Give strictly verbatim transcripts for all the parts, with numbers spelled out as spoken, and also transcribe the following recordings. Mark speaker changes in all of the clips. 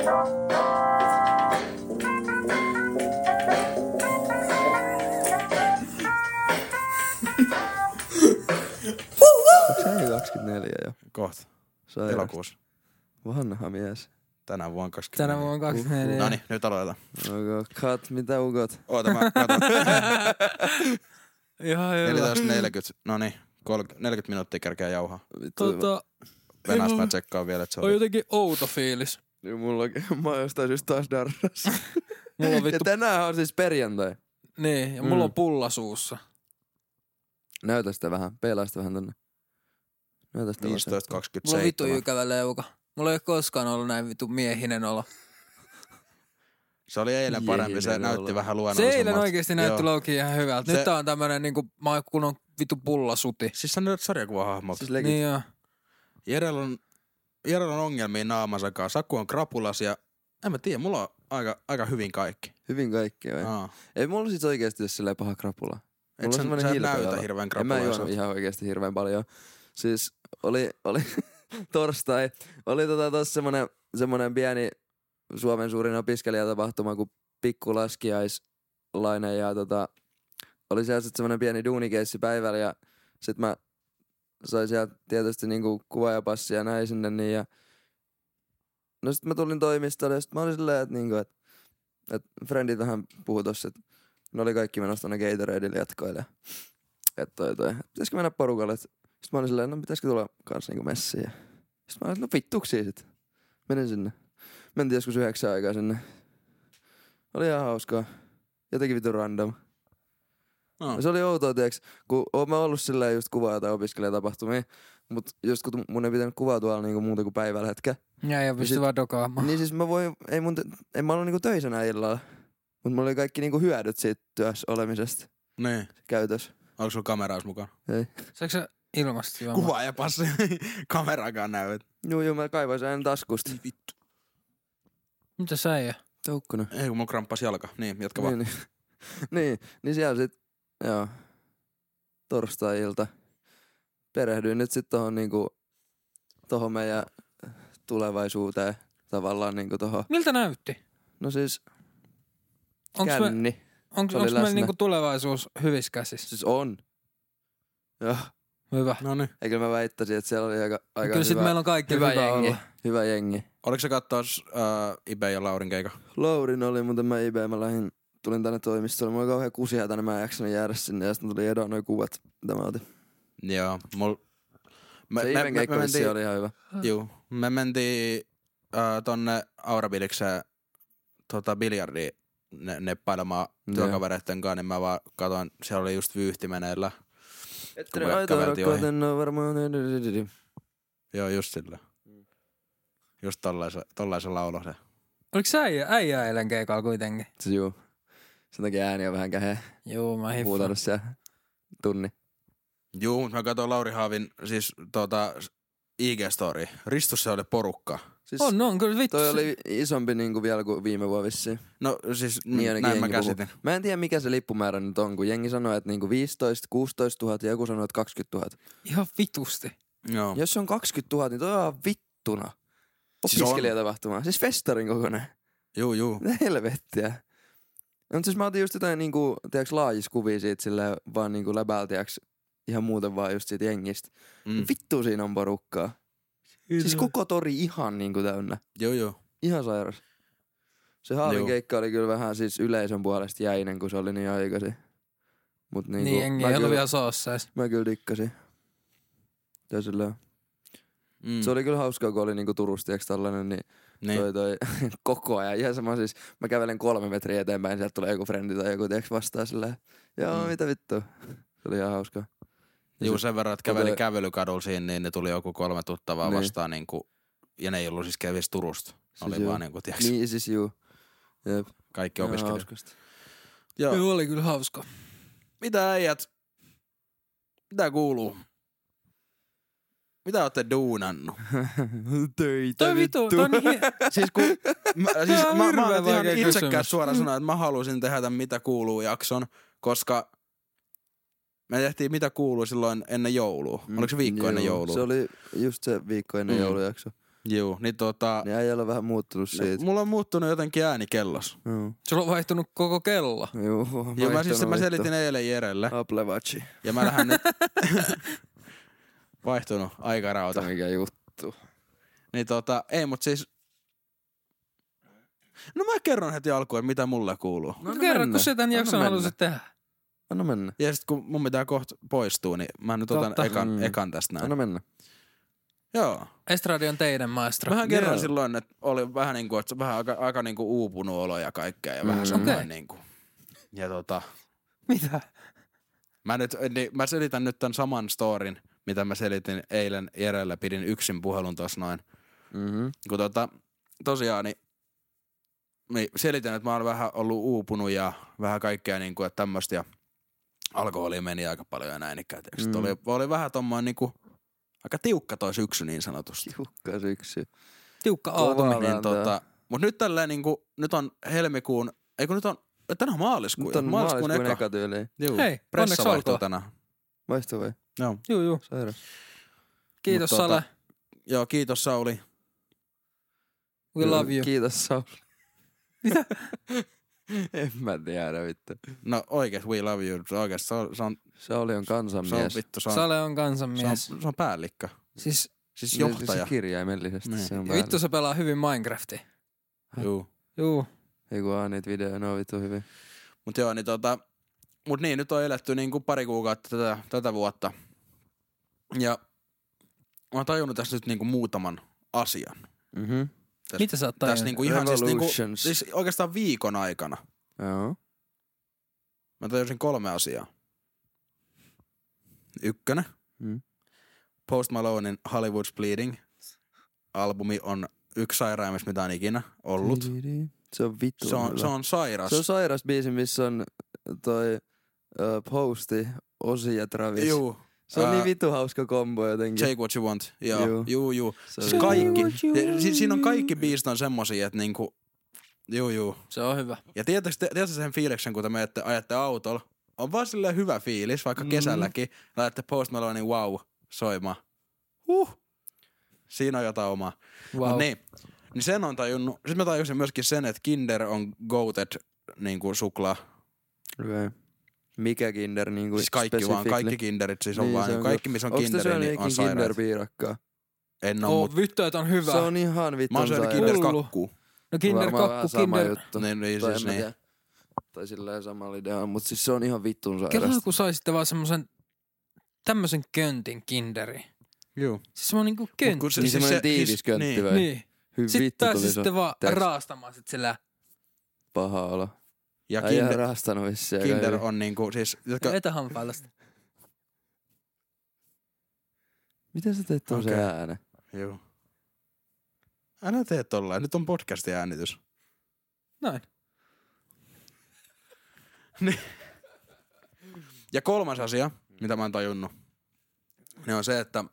Speaker 1: Onko se kaksikymmentäneljä jo?
Speaker 2: Kohta.
Speaker 1: Sairasta.
Speaker 2: Elokuussa.
Speaker 1: Vanha mies.
Speaker 2: Tänä vuonna kaksikymmentäneljä.
Speaker 3: Tänä vuonna kaksikymmentäneljä.
Speaker 2: Noniin, nyt aloitetaan.
Speaker 1: Okay, cut, mitä ukot?
Speaker 2: Oota, mä katon.
Speaker 3: Ihan hyvä.
Speaker 2: neljätoista neljäkymmentä, noniin, neljäkymmentä minuuttia kerkeä jauhaa.
Speaker 3: Tota,
Speaker 2: Venäs mä tsekkaan vielä, että se
Speaker 3: on
Speaker 2: oli.
Speaker 3: jotenkin outo fiilis.
Speaker 1: Niin mullakin, mä oon jostain syystä taas darras.
Speaker 3: Mulla on
Speaker 1: Ja
Speaker 3: vittu...
Speaker 1: tänään on siis perjantai.
Speaker 3: Niin, ja mulla
Speaker 1: Mm.
Speaker 3: on pulla suussa.
Speaker 1: Näytä sitä vähän, peilaa sitä vähän tonne. Näytä sitä
Speaker 2: viisitoista
Speaker 3: Mulla on
Speaker 2: kaksikymmentäseitsemän.
Speaker 3: vittu jykävä leuka. Mulla ei ole koskaan ollut näin vittu miehinen olo.
Speaker 2: Se oli eilen parempi, se
Speaker 1: Miehinen
Speaker 2: näytti
Speaker 1: olo.
Speaker 2: vähän
Speaker 3: Se
Speaker 2: luonnollisemmalta.
Speaker 3: eilen oikeesti näytti
Speaker 2: Joo.
Speaker 3: loukin ihan hyvältä. Nyt
Speaker 2: Se-
Speaker 3: tää on tämmönen niinku, mä oon kun on vittu pullasuti.
Speaker 2: Siis sä näytät sarjakuvahahmolta.
Speaker 1: Siis legit.
Speaker 3: Niin joo.
Speaker 2: Jerellä on, Jerellä on ongelmia naamansa kanssa. Saku on krapulas ja en mä tiedä, mulla on aika, aika hyvin kaikki.
Speaker 1: Hyvin kaikkea vai?
Speaker 2: Aa.
Speaker 1: Ei mulla siis oikeesti ole silleen paha krapula.
Speaker 2: Et
Speaker 1: Mulla
Speaker 2: sä,
Speaker 1: on semmonen
Speaker 2: sä et
Speaker 1: hilpeä
Speaker 2: näytä
Speaker 1: olo.
Speaker 2: hirveän
Speaker 1: En mä
Speaker 2: krapulaiselta.
Speaker 1: juonut ihan oikeesti hirveän paljon. Siis oli, oli torstai, oli tota tossa semmonen, semmonen pieni Suomen suurin opiskelijatapahtuma kuin pikkulaskiaislainen ja tota, oli siellä sit semmonen pieni duunikeissi päivällä ja sit mä sain sieltä tietysti niinku kuvaajapassia ja näin sinne niin ja no sit mä tulin toimistolle ja sit mä olin silleen, että niinku, et, et friendit vähän puhu tossa, että ne oli kaikki menossa tonne Gatoradelle jatkoille. Että toi toi, et pitäisikö mennä porukalle, et sit mä olin silleen, no pitäisikö tulla kans niinku messiin. Sit mä olin, no vittuksii sit. Menin sinne. Mentiin joskus yhdeksän aikaa sinne. Oli ihan hauskaa. Jotenkin vittu random.
Speaker 2: No.
Speaker 1: Se oli outoa, tiiäks, kun oon mä ollut silleen just kuvaa tai opiskelijatapahtumia, mut just kun mun ei pitänyt kuvaa tuolla niinku muuta kuin päivällä hetken.
Speaker 3: Ja ei pysty
Speaker 1: sit-
Speaker 3: vaan dokaamaan.
Speaker 1: Niin siis mä voin, ei mun, te- en mä ollut niinku töisenä illalla. Mut mulla oli kaikki niinku hyödyt siitä työssä olemisesta
Speaker 2: Niin.
Speaker 1: käytössä.
Speaker 2: Onko sulla kameraus mukaan?
Speaker 1: Ei.
Speaker 3: Saatko sä ilmasta juomaan?
Speaker 2: Kuvaajapassi. Kameraakaan näyt.
Speaker 1: Juu, juu, mä kaivoin sen aina taskusta.
Speaker 2: Vittu.
Speaker 3: Mitä sä ei?
Speaker 1: Toukkuna.
Speaker 2: Ei kun mun kramppas jalka. Niin, jatka vaan.
Speaker 1: Niin, niin. niin, niin siellä sit, joo, torstai-ilta. Perehdyin nyt sit tohon niinku, tohon meidän tulevaisuuteen. Tavallaan niinku tohon.
Speaker 3: Miltä näytti?
Speaker 1: No siis,
Speaker 3: Onks, me,
Speaker 1: känni.
Speaker 3: onks,
Speaker 1: se oli
Speaker 3: onks meillä
Speaker 1: läsnä.
Speaker 3: niinku tulevaisuus hyvissä käsissä?
Speaker 1: Siis on. Joo.
Speaker 3: Hyvä.
Speaker 2: No niin.
Speaker 1: Eikö mä väittäisin, että siellä oli aika, aika
Speaker 3: Kyllä sit
Speaker 1: hyvä,
Speaker 3: meillä on kaikki
Speaker 1: hyvä,
Speaker 3: hyvä
Speaker 1: jengi.
Speaker 3: olla.
Speaker 1: Hyvä jengi.
Speaker 2: Oliko se kattoas uh, Ibe ja Laurin keika?
Speaker 1: Laurin oli, mutta mä Ibe, mä lähdin, tulin tänne toimistolle. Mulla oli kauhean kusia tänne, mä en jaksanut jäädä sinne. Ja sitten tuli edoa noi kuvat, mitä mä otin.
Speaker 2: Joo. Mul...
Speaker 1: Se Iben keikka vissiin oli ihan hyvä.
Speaker 2: Juu. Me mentiin uh, tonne Aurabilikseen tota biljardia ne, neppailemaan
Speaker 1: Joo.
Speaker 2: työkavereitten kanssa, niin mä vaan katoin, siellä oli just vyyhti meneillä.
Speaker 1: Että
Speaker 2: Kun me
Speaker 1: aitoa
Speaker 2: käveltiin ohi.
Speaker 1: rakkauten on varmaan...
Speaker 2: Joo, just sillä. Just tollaisen, tollaisen laulu se.
Speaker 3: Oliko sä äijä, äijä eilen keikalla kuitenkin?
Speaker 1: Siis juu. Sen takia ääni on vähän käheä.
Speaker 3: Joo, mä hiffaan.
Speaker 1: Huutanut siellä tunni.
Speaker 2: Juu, mutta mä katsoin Lauri Haavin siis tota I G-story. Ristussa oli porukka.
Speaker 1: Siis
Speaker 3: On, on kyllä vittu.
Speaker 1: toi oli isompi niinku vielä kuin viime vuonna vissiin.
Speaker 2: No siis
Speaker 1: Niin ainakin
Speaker 2: näin mä
Speaker 1: jengi puhuu.
Speaker 2: käsitin.
Speaker 1: Mä en tiedä mikä se lippumäärä nyt on, kun jengi sanoo, että niinku viisitoista kuusitoista tuhatta ja joku sanoo, että kaksikymmentätuhatta.
Speaker 3: Ihan vitusti.
Speaker 2: Joo.
Speaker 1: Jos se on kaksikymmentätuhatta, niin toi on vittuna.
Speaker 2: Siis on.
Speaker 1: Opiskelijatapahtuma. Siis festarin kokoinen.
Speaker 2: Juu, juu.
Speaker 1: Mitä helvettiä. No siis mä otin just jotain niinku, tiiäks laajiskuvia siitä silleen vaan niinku läbältä, tiiäks ihan muuten vaan just siitä jengistä.
Speaker 2: Mm.
Speaker 1: Vittu siinä on porukkaa. Siis koko tori ihan niinku täynnä.
Speaker 2: Joo, joo.
Speaker 1: Ihan sairas. Se Haavin
Speaker 2: Joo.
Speaker 1: keikka oli kyllä vähän siis yleisön puolesta jäinen, kun se oli niin aikaisin. Mut niinku,
Speaker 3: Niin jengi
Speaker 1: mä,
Speaker 3: ei ollut
Speaker 1: kyllä,
Speaker 3: vielä soosseis.
Speaker 1: mä kyllä dikkasin. Ja silleen.
Speaker 2: Mm.
Speaker 1: Se oli kyllä hauskaa, kun oli niinku Turusta, tiiäks tällainen, niin
Speaker 2: niin.
Speaker 1: toi toi koko ajan. Ihan sama siis, mä kävelen kolme metriä eteenpäin, sieltä tulee joku frendi tai joku tiiäks vastaan silleen. Joo,
Speaker 2: Mm.
Speaker 1: mitä vittu. Se oli ihan hauskaa. Ja
Speaker 2: Juu,
Speaker 1: se-
Speaker 2: sen verran, että käveli
Speaker 1: toi-
Speaker 2: kävelykadulla siinä, niin ne tuli joku kolme tuttavaa
Speaker 1: Niin.
Speaker 2: vastaan niinku, ja ne ei ollut siis kävis Turusta. Ne
Speaker 1: Siis
Speaker 2: oli
Speaker 1: juu.
Speaker 2: vaan niinku, tiiäks,
Speaker 1: Niin siis juu. Jep.
Speaker 2: kaikki
Speaker 1: Ihan
Speaker 2: opiskelijat.
Speaker 1: hauskasti.
Speaker 2: Joo.
Speaker 3: Joo, oli kyllä hauska.
Speaker 2: Mitä äijät? Mitä kuuluu? Mitä ootte duunannut?
Speaker 1: Töitä
Speaker 3: Toi vittu, toi on niin hi-
Speaker 2: Siis kun, mä, siis
Speaker 3: Tää on
Speaker 2: mä, mä
Speaker 3: hirveän
Speaker 2: oon nyt ihan
Speaker 3: vaikea
Speaker 2: itsekään
Speaker 3: kysymys.
Speaker 2: suoraan sanoa, että mä haluaisin tehdä tämän Mitä kuuluu jakson, koska me tehtiin Mitä kuuluu silloin ennen joulua. Oliko se viikko ennen
Speaker 1: Joo,
Speaker 2: joulua?
Speaker 1: Se oli just se viikko ennen
Speaker 2: Mm.
Speaker 1: joulujakso.
Speaker 2: Juu, niin tota...
Speaker 1: Niin äijällä on vähän muuttunut siitä.
Speaker 2: Mulla on muuttunut jotenkin ääni kellos.
Speaker 1: Joo.
Speaker 3: Sulla on vaihtunut koko kello.
Speaker 1: Juu,
Speaker 2: Joo, mä siis mä selitin eilen Jerelle.
Speaker 1: Apple Watchi.
Speaker 2: Ja mä lähden nyt... Vaihtunut aikarauta.
Speaker 1: Mikä juttu.
Speaker 2: Niin tota, ei mut siis... No mä kerron heti alkuun, että mitä mulle kuuluu.
Speaker 3: No, kerro, kun sä tän jakson halusit tehdä.
Speaker 1: Anna mennä.
Speaker 2: Ja sit kun mun pitää kohta poistua, niin mä nyt otan
Speaker 3: Totta.
Speaker 2: ekan,
Speaker 1: Mm.
Speaker 2: ekan tästä näin.
Speaker 1: Anna mennä.
Speaker 2: Joo.
Speaker 3: Estradi on teidän maestro.
Speaker 2: Mähän kerran
Speaker 1: Joo.
Speaker 2: silloin, että oli vähän niinku, että vähän aika, aika niinku uupunut olo ja kaikkea ja vähän
Speaker 1: Mm.
Speaker 2: semmoinen
Speaker 3: Okei.
Speaker 2: niinku. Ja tota,
Speaker 3: Mitä?
Speaker 2: mä nyt, niin mä selitän nyt tämän saman storin, mitä mä selitin eilen Jerelle, pidin yksin puhelun tossa noin.
Speaker 1: Mhm.
Speaker 2: Kun tota, tosiaan niin, niin selitän, että mä oon vähän ollut uupunut ja vähän kaikkea niinku, että tämmöstä ja alkoholia meni aika paljon ja näin ikään. Mm. Oli, oli vähän tommoinen niinku, aika tiukka toi syksy niin sanotusti.
Speaker 1: Tiukka syksy.
Speaker 3: Tiukka
Speaker 1: Kova
Speaker 3: aatumi.
Speaker 1: vääntää.
Speaker 2: Niin, tota, mut nyt tälleen niinku, nyt on helmikuun, ei kun nyt on, tänään on maaliskuu.
Speaker 1: Nyt on
Speaker 2: maaliskuun
Speaker 1: maaliskuun
Speaker 2: eka.
Speaker 1: eka tyyliin.
Speaker 2: Juu,
Speaker 3: Hei,
Speaker 2: pressa
Speaker 3: onneksi
Speaker 2: vaihtuu
Speaker 3: olkoon.
Speaker 2: tänään.
Speaker 1: Vaihtuu vai?
Speaker 2: Joo.
Speaker 3: Juu, juu.
Speaker 1: Sairas.
Speaker 3: Kiitos
Speaker 2: Mut tota,
Speaker 3: Sale.
Speaker 2: Joo, kiitos Sauli.
Speaker 3: We love you.
Speaker 1: Kiitos Sauli.
Speaker 3: Mitä?
Speaker 1: En mä tiedä vittu.
Speaker 2: No oikeesti we love you. Oikeesti se on, se on,
Speaker 1: Sauli on
Speaker 2: se on
Speaker 1: kansanmies.
Speaker 2: vittu, se on,
Speaker 3: Sale on
Speaker 2: se
Speaker 3: kansanmies.
Speaker 2: on, se on päällikkö.
Speaker 3: Siis
Speaker 2: Siis
Speaker 1: Niin,
Speaker 2: johtaja.
Speaker 1: Se kirjaimellisesti
Speaker 2: Niin.
Speaker 1: se on
Speaker 3: vittu
Speaker 1: päällä.
Speaker 3: se pelaa hyvin Minecraftia.
Speaker 2: Juu.
Speaker 3: Juu.
Speaker 1: Ei kun aah niitä videoja, ne on vittu hyvin.
Speaker 2: Mut joo, niin tota, mut niin, nyt on eletty niinku pari kuukautta tätä, tätä vuotta. Ja mä oon tajunnut tässä nyt niinku muutaman asian.
Speaker 1: Mhm.
Speaker 2: Täs,
Speaker 3: Mitä sä oot
Speaker 2: Tässä
Speaker 3: tajunnut?
Speaker 2: niinku ihan siis, niinku,
Speaker 1: Revolutions.
Speaker 2: siis oikeastaan viikon aikana.
Speaker 1: Joo.
Speaker 2: Mä tajusin kolme asiaa. Ykkönen.
Speaker 1: Mm.
Speaker 2: Post Malonein Hollywood's Bleeding. Albumi on yksi sairaimmista, mitä on ikinä ollut.
Speaker 1: Se on vittu
Speaker 2: Se on,
Speaker 1: hyvä.
Speaker 2: se on sairas.
Speaker 1: Se on sairas biisi, missä on toi uh, Posti, Osi ja Travis.
Speaker 2: Juu.
Speaker 1: Se on
Speaker 2: Ää,
Speaker 1: niin vittu hauska kombo jotenkin.
Speaker 2: Take what you want. Joo,
Speaker 1: Juu.
Speaker 2: juu, juu.
Speaker 1: Se on
Speaker 2: Siis
Speaker 1: vittu
Speaker 2: kaikki.
Speaker 1: hyvä.
Speaker 2: Ja si- siinä on kaikki biisit on semmosia, että niinku, juu, juu.
Speaker 3: Se on hyvä.
Speaker 2: Ja tiedätkö, tiedätkö sen fiiliksen, kun te menette, ajatte autolla? On vaan silleen hyvä fiilis, vaikka
Speaker 1: Mm.
Speaker 2: mm. kesälläkin. Laitatte Post Malonein wow soimaan. Huh. Siinä on jotain omaa.
Speaker 3: Wow.
Speaker 2: Mut niin, niin sen on tajunnut. Sitten mä tajusin myöskin sen, että Kinder on goated niinku suklaa.
Speaker 1: Okay. Mikä Kinder niinku
Speaker 2: Siis kaikki vaan,
Speaker 1: specifically?
Speaker 2: kaikki Kinderit siis on
Speaker 1: Niin,
Speaker 2: vaan,
Speaker 1: se on
Speaker 2: kaikki missä on
Speaker 1: Onks te
Speaker 2: Kinderi,
Speaker 1: syönyt
Speaker 2: niin on
Speaker 1: ikin
Speaker 2: sairaat.
Speaker 1: Kinder-piirakkaa?
Speaker 2: En oo,
Speaker 3: Oh,
Speaker 2: mut
Speaker 3: vittu, että on hyvä.
Speaker 1: Se on ihan
Speaker 2: mä
Speaker 1: vittun
Speaker 2: oon syönyt
Speaker 1: sairas.
Speaker 2: Kinder
Speaker 3: Hullu.
Speaker 2: kakkuu.
Speaker 3: No Kinder
Speaker 1: Varmaan vähän
Speaker 3: kakku,
Speaker 1: sama
Speaker 3: Kinder...
Speaker 1: juttu.
Speaker 2: Niin, niin
Speaker 1: Tai
Speaker 2: siis
Speaker 1: en mä
Speaker 2: niin.
Speaker 1: tiedä. Tai silleen samalla idealla, mut siis se on ihan vittun
Speaker 3: Kelaa,
Speaker 1: sairasta.
Speaker 3: kun saisitte vaan semmosen tämmösen köntin Kinderi.
Speaker 2: Juu.
Speaker 3: Siis semmonen niinku
Speaker 2: Mut
Speaker 3: köntti.
Speaker 2: kun
Speaker 1: Niin semmonen tiivis
Speaker 2: siis-
Speaker 1: köntti
Speaker 2: niin.
Speaker 1: vai?
Speaker 3: Niin.
Speaker 1: Hyvin
Speaker 3: Sitten
Speaker 1: vittu tuli
Speaker 3: pääsisitte
Speaker 1: se
Speaker 3: vaan
Speaker 1: Tiedätkö?
Speaker 3: raastamaan sit sillä.
Speaker 1: paha olo.
Speaker 2: Ja
Speaker 1: Äijä on
Speaker 2: Kinder,
Speaker 1: raastanut vissiin aika
Speaker 2: Kinder
Speaker 1: hyvin.
Speaker 2: on niinku, siis, jotka,
Speaker 3: Etähampailla sitä.
Speaker 1: Miten sä teet tommosen
Speaker 2: Okei.
Speaker 1: äänen?
Speaker 2: juu. Älä tee tollain, nyt on podcastin äänitys.
Speaker 3: Näin.
Speaker 2: Ja kolmas asia, mitä mä oon tajunnut, niin on se, että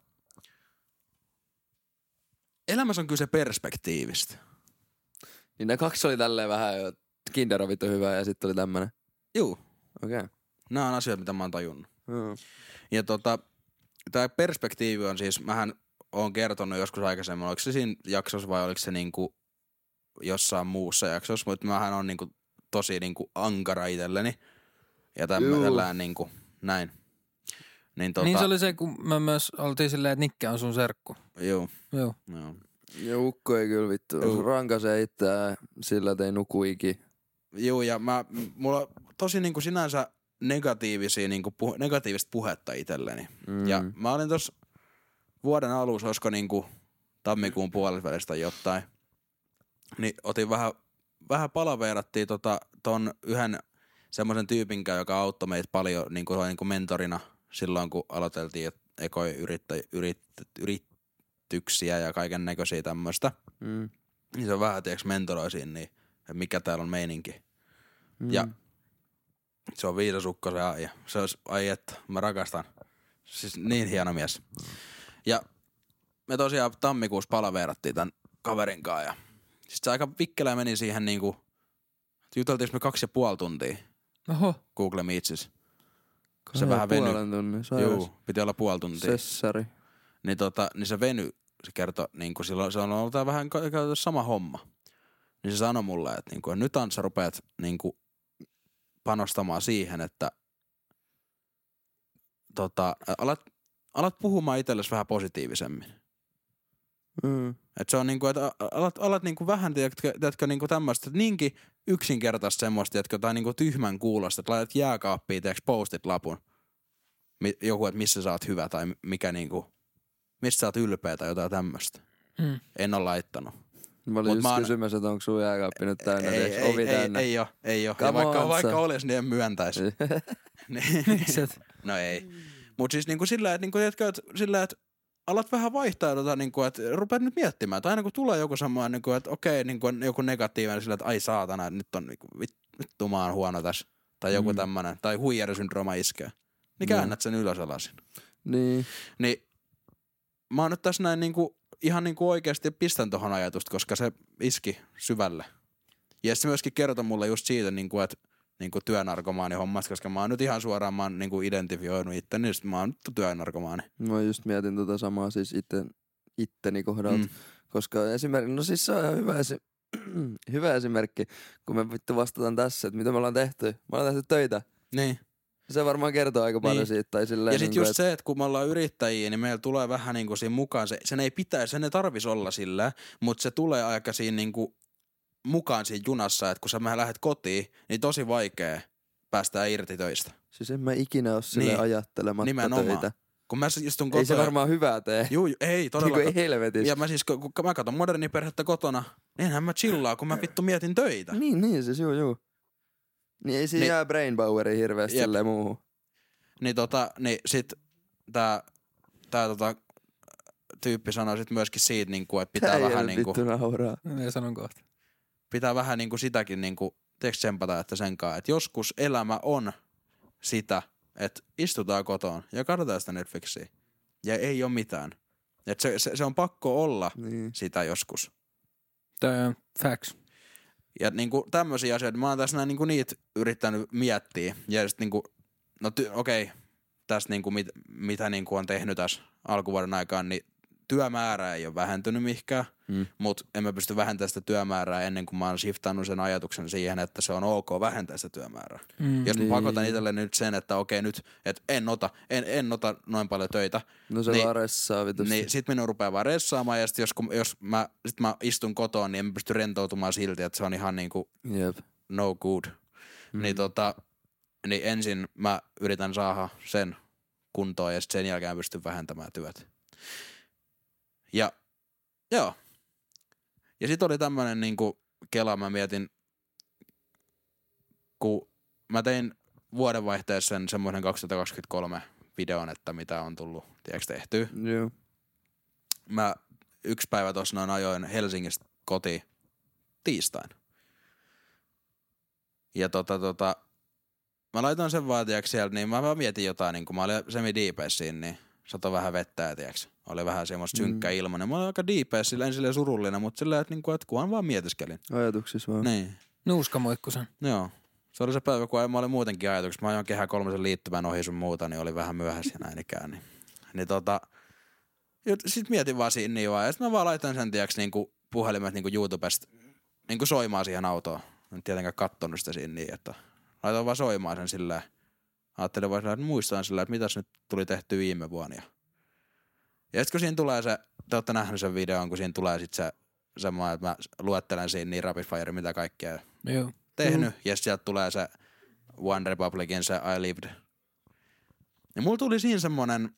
Speaker 2: elämässä on kyse perspektiivistä.
Speaker 1: Niin ne kaksi oli tälleen vähän jo, Kinder on vittu hyvä ja sitten oli tämmönen.
Speaker 2: Juu.
Speaker 1: Okei. Okay.
Speaker 2: Nämä on asioita, mitä mä oon tajunnut.
Speaker 1: Mm.
Speaker 2: Ja tota, tää perspektiivi on siis, mähän oon kertonut joskus aikaisemmin, oliko se siinä jaksossa vai oliko se niinku jossain muussa jaksossa, mutta mähän on niinku tosi niinku ankara itselleni. Ja
Speaker 1: Juu.
Speaker 2: tämmöinen niinku näin. Niin tota,
Speaker 3: Niin se oli se, kun me myös oltiin silleen, että Nikke on sun serkku.
Speaker 2: Juu,
Speaker 3: Joo.
Speaker 2: joo.
Speaker 1: Ja ukko ei kyllä vittu.
Speaker 2: Juu.
Speaker 1: Rankasee itseään sillä, että ei nuku ikin.
Speaker 2: Juu, ja mä, mulla on tosi niinku sinänsä negatiivisia, niinku puh- negatiivista puhetta itselleni.
Speaker 1: Mm.
Speaker 2: Ja mä olin tossa vuoden alussa, olisiko niinku tammikuun puolivälistä jotain, niin otin vähän, vähän palaveerattiin tota, ton yhden semmoisen tyypin, joka auttoi meitä paljon niinku, niinku mentorina silloin, kun aloiteltiin ekoja yrittä, yrit, yrityksiä ja kaiken näköisiä tämmöistä.
Speaker 1: Mm.
Speaker 2: Niin se on vähän, tiiäks, mentoroisin, niin mikä täällä on meininki.
Speaker 1: Mm.
Speaker 2: Ja se on viisasukko se aija. Se olisi, ai että, mä rakastan. Siis niin hieno mies. Ja me tosiaan tammikuussa palaveerattiin tän kaverin kanssa ja sit se aika vikkelä meni siihen niinku, juteltiin me kaksi ja puoli tuntia
Speaker 3: Oho.
Speaker 2: Google Meetsissä. Se
Speaker 1: Kahden
Speaker 2: vähän veny.
Speaker 1: puolen tunnin, sairas.
Speaker 2: Juu, piti olla puoli tuntia.
Speaker 1: Sessari.
Speaker 2: Niin tota, niin se veny se kertoi, niinku silloin se on ollut vähän käytössä sama homma. Niin se sanoi mulle, että niinku, nyt Antsa rupeat niinku panostamaan siihen, että tota, alat, alat puhumaan itsellesi vähän positiivisemmin.
Speaker 1: Mm.
Speaker 2: Että se on niinku, että alat, alat niinku vähän, tiedätkö, tiedätkö niinku tämmöistä, että niinkin yksinkertaista semmoista, tiedätkö, jotain niinku tyhmän kuulosta, että laitat jääkaappiin, tiedätkö, postit lapun. Joku, että missä sä oot hyvä tai mikä niinku, missä sä oot ylpeä tai jotain tämmöistä.
Speaker 3: Hmm.
Speaker 2: En ole laittanut.
Speaker 1: Mä olin
Speaker 2: Mut
Speaker 1: just
Speaker 2: mä oon...
Speaker 1: kysymässä, että onko sun jääkaappi nyt täynnä,
Speaker 2: ei,
Speaker 1: ei, ovi
Speaker 2: ei,
Speaker 1: täynnä.
Speaker 2: Ei, ei oo, ei oo.
Speaker 1: Come
Speaker 2: vaikka,
Speaker 1: on,
Speaker 2: vaikka
Speaker 1: sä.
Speaker 2: olis, niin en myöntäisi.
Speaker 3: Mikset?
Speaker 2: No ei. Mut siis niinku sillä, että niinku, tiedätkö, että sillä, että alat vähän vaihtaa tota, niinku, että rupeat nyt miettimään. että aina kun tulee joku samaan, niinku, että okei, niinku, joku negatiivinen sillä, että ai saatana, että nyt on niinku, vittu mä oon huono tässä. Tai joku mm. tämmönen, tai huijarisyndrooma iskee. Niin käännät sen ylös alasin.
Speaker 1: Niin.
Speaker 2: Niin mä oon nyt tässä näin niinku, ihan niinku oikeesti pistän tohon ajatusta, koska se iski syvälle. Ja se myöskin kertoi mulle just siitä, niinku, että niinku työnarkomaani hommasta, koska mä oon nyt ihan suoraan mä oon niinku identifioinut itteni, niin sit mä oon nyt työnarkomaani.
Speaker 1: Mä just mietin tota samaa siis ite, itteni kohdalta. Mm. Koska esimerkiksi, no siis se on ihan hyvä, esi- hyvä esimerkki, kun me vittu vastataan tässä, että mitä me ollaan tehty. Me ollaan tehty töitä.
Speaker 2: Niin.
Speaker 1: Se varmaan kertoo aika paljon
Speaker 2: niin.
Speaker 1: siitä. Tai silleen,
Speaker 2: ja sit
Speaker 1: niin
Speaker 2: just
Speaker 1: et...
Speaker 2: se, että kun me ollaan yrittäjiä, niin meillä tulee vähän niinku siinä mukaan, se, sen ei pitäisi, sen ei tarvis olla sillä, mutta se tulee aika siinä niinku mukaan siinä junassa, että kun sä mä lähdet kotiin, niin tosi vaikea päästää irti töistä.
Speaker 1: Siis en mä ikinä oo silleen
Speaker 2: niin.
Speaker 1: ajattelematta
Speaker 2: Nimenomaan.
Speaker 1: töitä.
Speaker 2: Kun mä istun kotona...
Speaker 1: Ei se varmaan hyvää tee.
Speaker 2: Juu, ei todellakaan.
Speaker 1: Niin kuin helvetis.
Speaker 2: Ja mä siis, kun mä katson moderni perhettä kotona, niin enhän mä chillaa, kun mä vittu mietin töitä.
Speaker 1: Niin, niin siis juu, juu. Niin ei siinä
Speaker 2: niin,
Speaker 1: jää brainpoweri hirveästi
Speaker 2: jep.
Speaker 1: silleen muuhun.
Speaker 2: Niin tota, niin sit tää, tää tota, tyyppi sanoi sit myöskin siitä, niinku, että pitää
Speaker 1: Tää
Speaker 2: vähän
Speaker 1: ei
Speaker 2: niinku...
Speaker 1: vittu nauraa.
Speaker 3: Ja sanon kohta.
Speaker 2: Pitää vähän niinku sitäkin niinku, tiedätkö tsempata, että senkaan, että joskus elämä on sitä, että istutaan kotoon ja katsotaan sitä Netflixiä. Ja ei oo mitään. Et se, se, se on pakko olla
Speaker 1: Niin.
Speaker 2: sitä joskus.
Speaker 3: Toi on facts.
Speaker 2: Ja niinku tämmösiä asioita, mä oon tässä näin niinku niitä yrittänyt miettiä. Ja sit niinku, no ty- okei, okay, tässä niinku mit, mitä niinku on tehnyt tässä alkuvuoden aikaan, niin työmäärä ei ole vähentynyt mihinkään, mm. mutta en mä pysty vähentämään sitä työmäärää ennen kuin mä oon shiftannut sen ajatuksen siihen, että se on ok vähentää sitä työmäärää. Mm. Jos mä niin. pakotan itselleni nyt sen, että okei nyt, että en ota, en, en ota noin paljon töitä.
Speaker 1: No se niin, vaan ressaa vitusti.
Speaker 2: Niin sit minun rupeaa vaan ressaamaan ja sit jos, jos mä, sit mä istun kotoon, niin en pysty rentoutumaan silti, että se on ihan niinku
Speaker 1: Jep.
Speaker 2: no good. Mm. Niin tota, niin ensin mä yritän saada sen kuntoon ja sit sen jälkeen pystyn vähentämään työtä. Ja joo. Ja sit oli tämmönen niinku kela, mä mietin, kun mä tein vuodenvaihteessa sen semmoinen kaksituhattakaksikymmentäkolme videon, että mitä on tullut, tiedätkö tehtyä.
Speaker 1: Joo.
Speaker 2: Mä yksi päivä tossa noin ajoin Helsingistä kotiin tiistain. Ja tota tota, mä laitoin sen vaan, tiedätkö siellä, niin mä vaan mietin jotain, niin kun mä olin semi-diipeissä siinä, niin sato vähän vettä, tiedätkö. Oli vähän semmoista synkkä ilmanen. Mä olin aika diipeissä, silleen silleen surullinen, mutta silleen, että, niinku, että kunhan vaan mietiskelin.
Speaker 1: Ajatuksissa vaan.
Speaker 2: Niin.
Speaker 3: Nuuska moikkusen.
Speaker 2: Joo. Se oli se päivä, kun mä olin muutenkin ajatuksessa. Mä ajoin Kehä kolmosen liittymään ohi sun muuta, niin oli vähän myöhässä ja näin ikään. Niin, niin tota, sit mietin vaan siinä niin vaan. Ja sit mä vaan laitan sen, tiiäks, niinku puhelimet niinku YouTubesta niinku soimaan siihen autoon. En tietenkään kattonut sitä siinä niin, että laitoin vaan soimaan sen silleen. Ajattelin vaan silleen, että muistan silleen, että mitäs nyt tuli tehty viime vuonna. Ja sit kun siinä tulee se, te ootte nähnyt sen videon, kun siinä tulee sit se semmoinen, että mä luettelen siinä niin rapid fire, mitä kaikkea
Speaker 3: Joo.
Speaker 2: tehnyt. Mm. Ja sieltä tulee se One Republicin se I Lived. Ja mulla tuli siinä semmonen,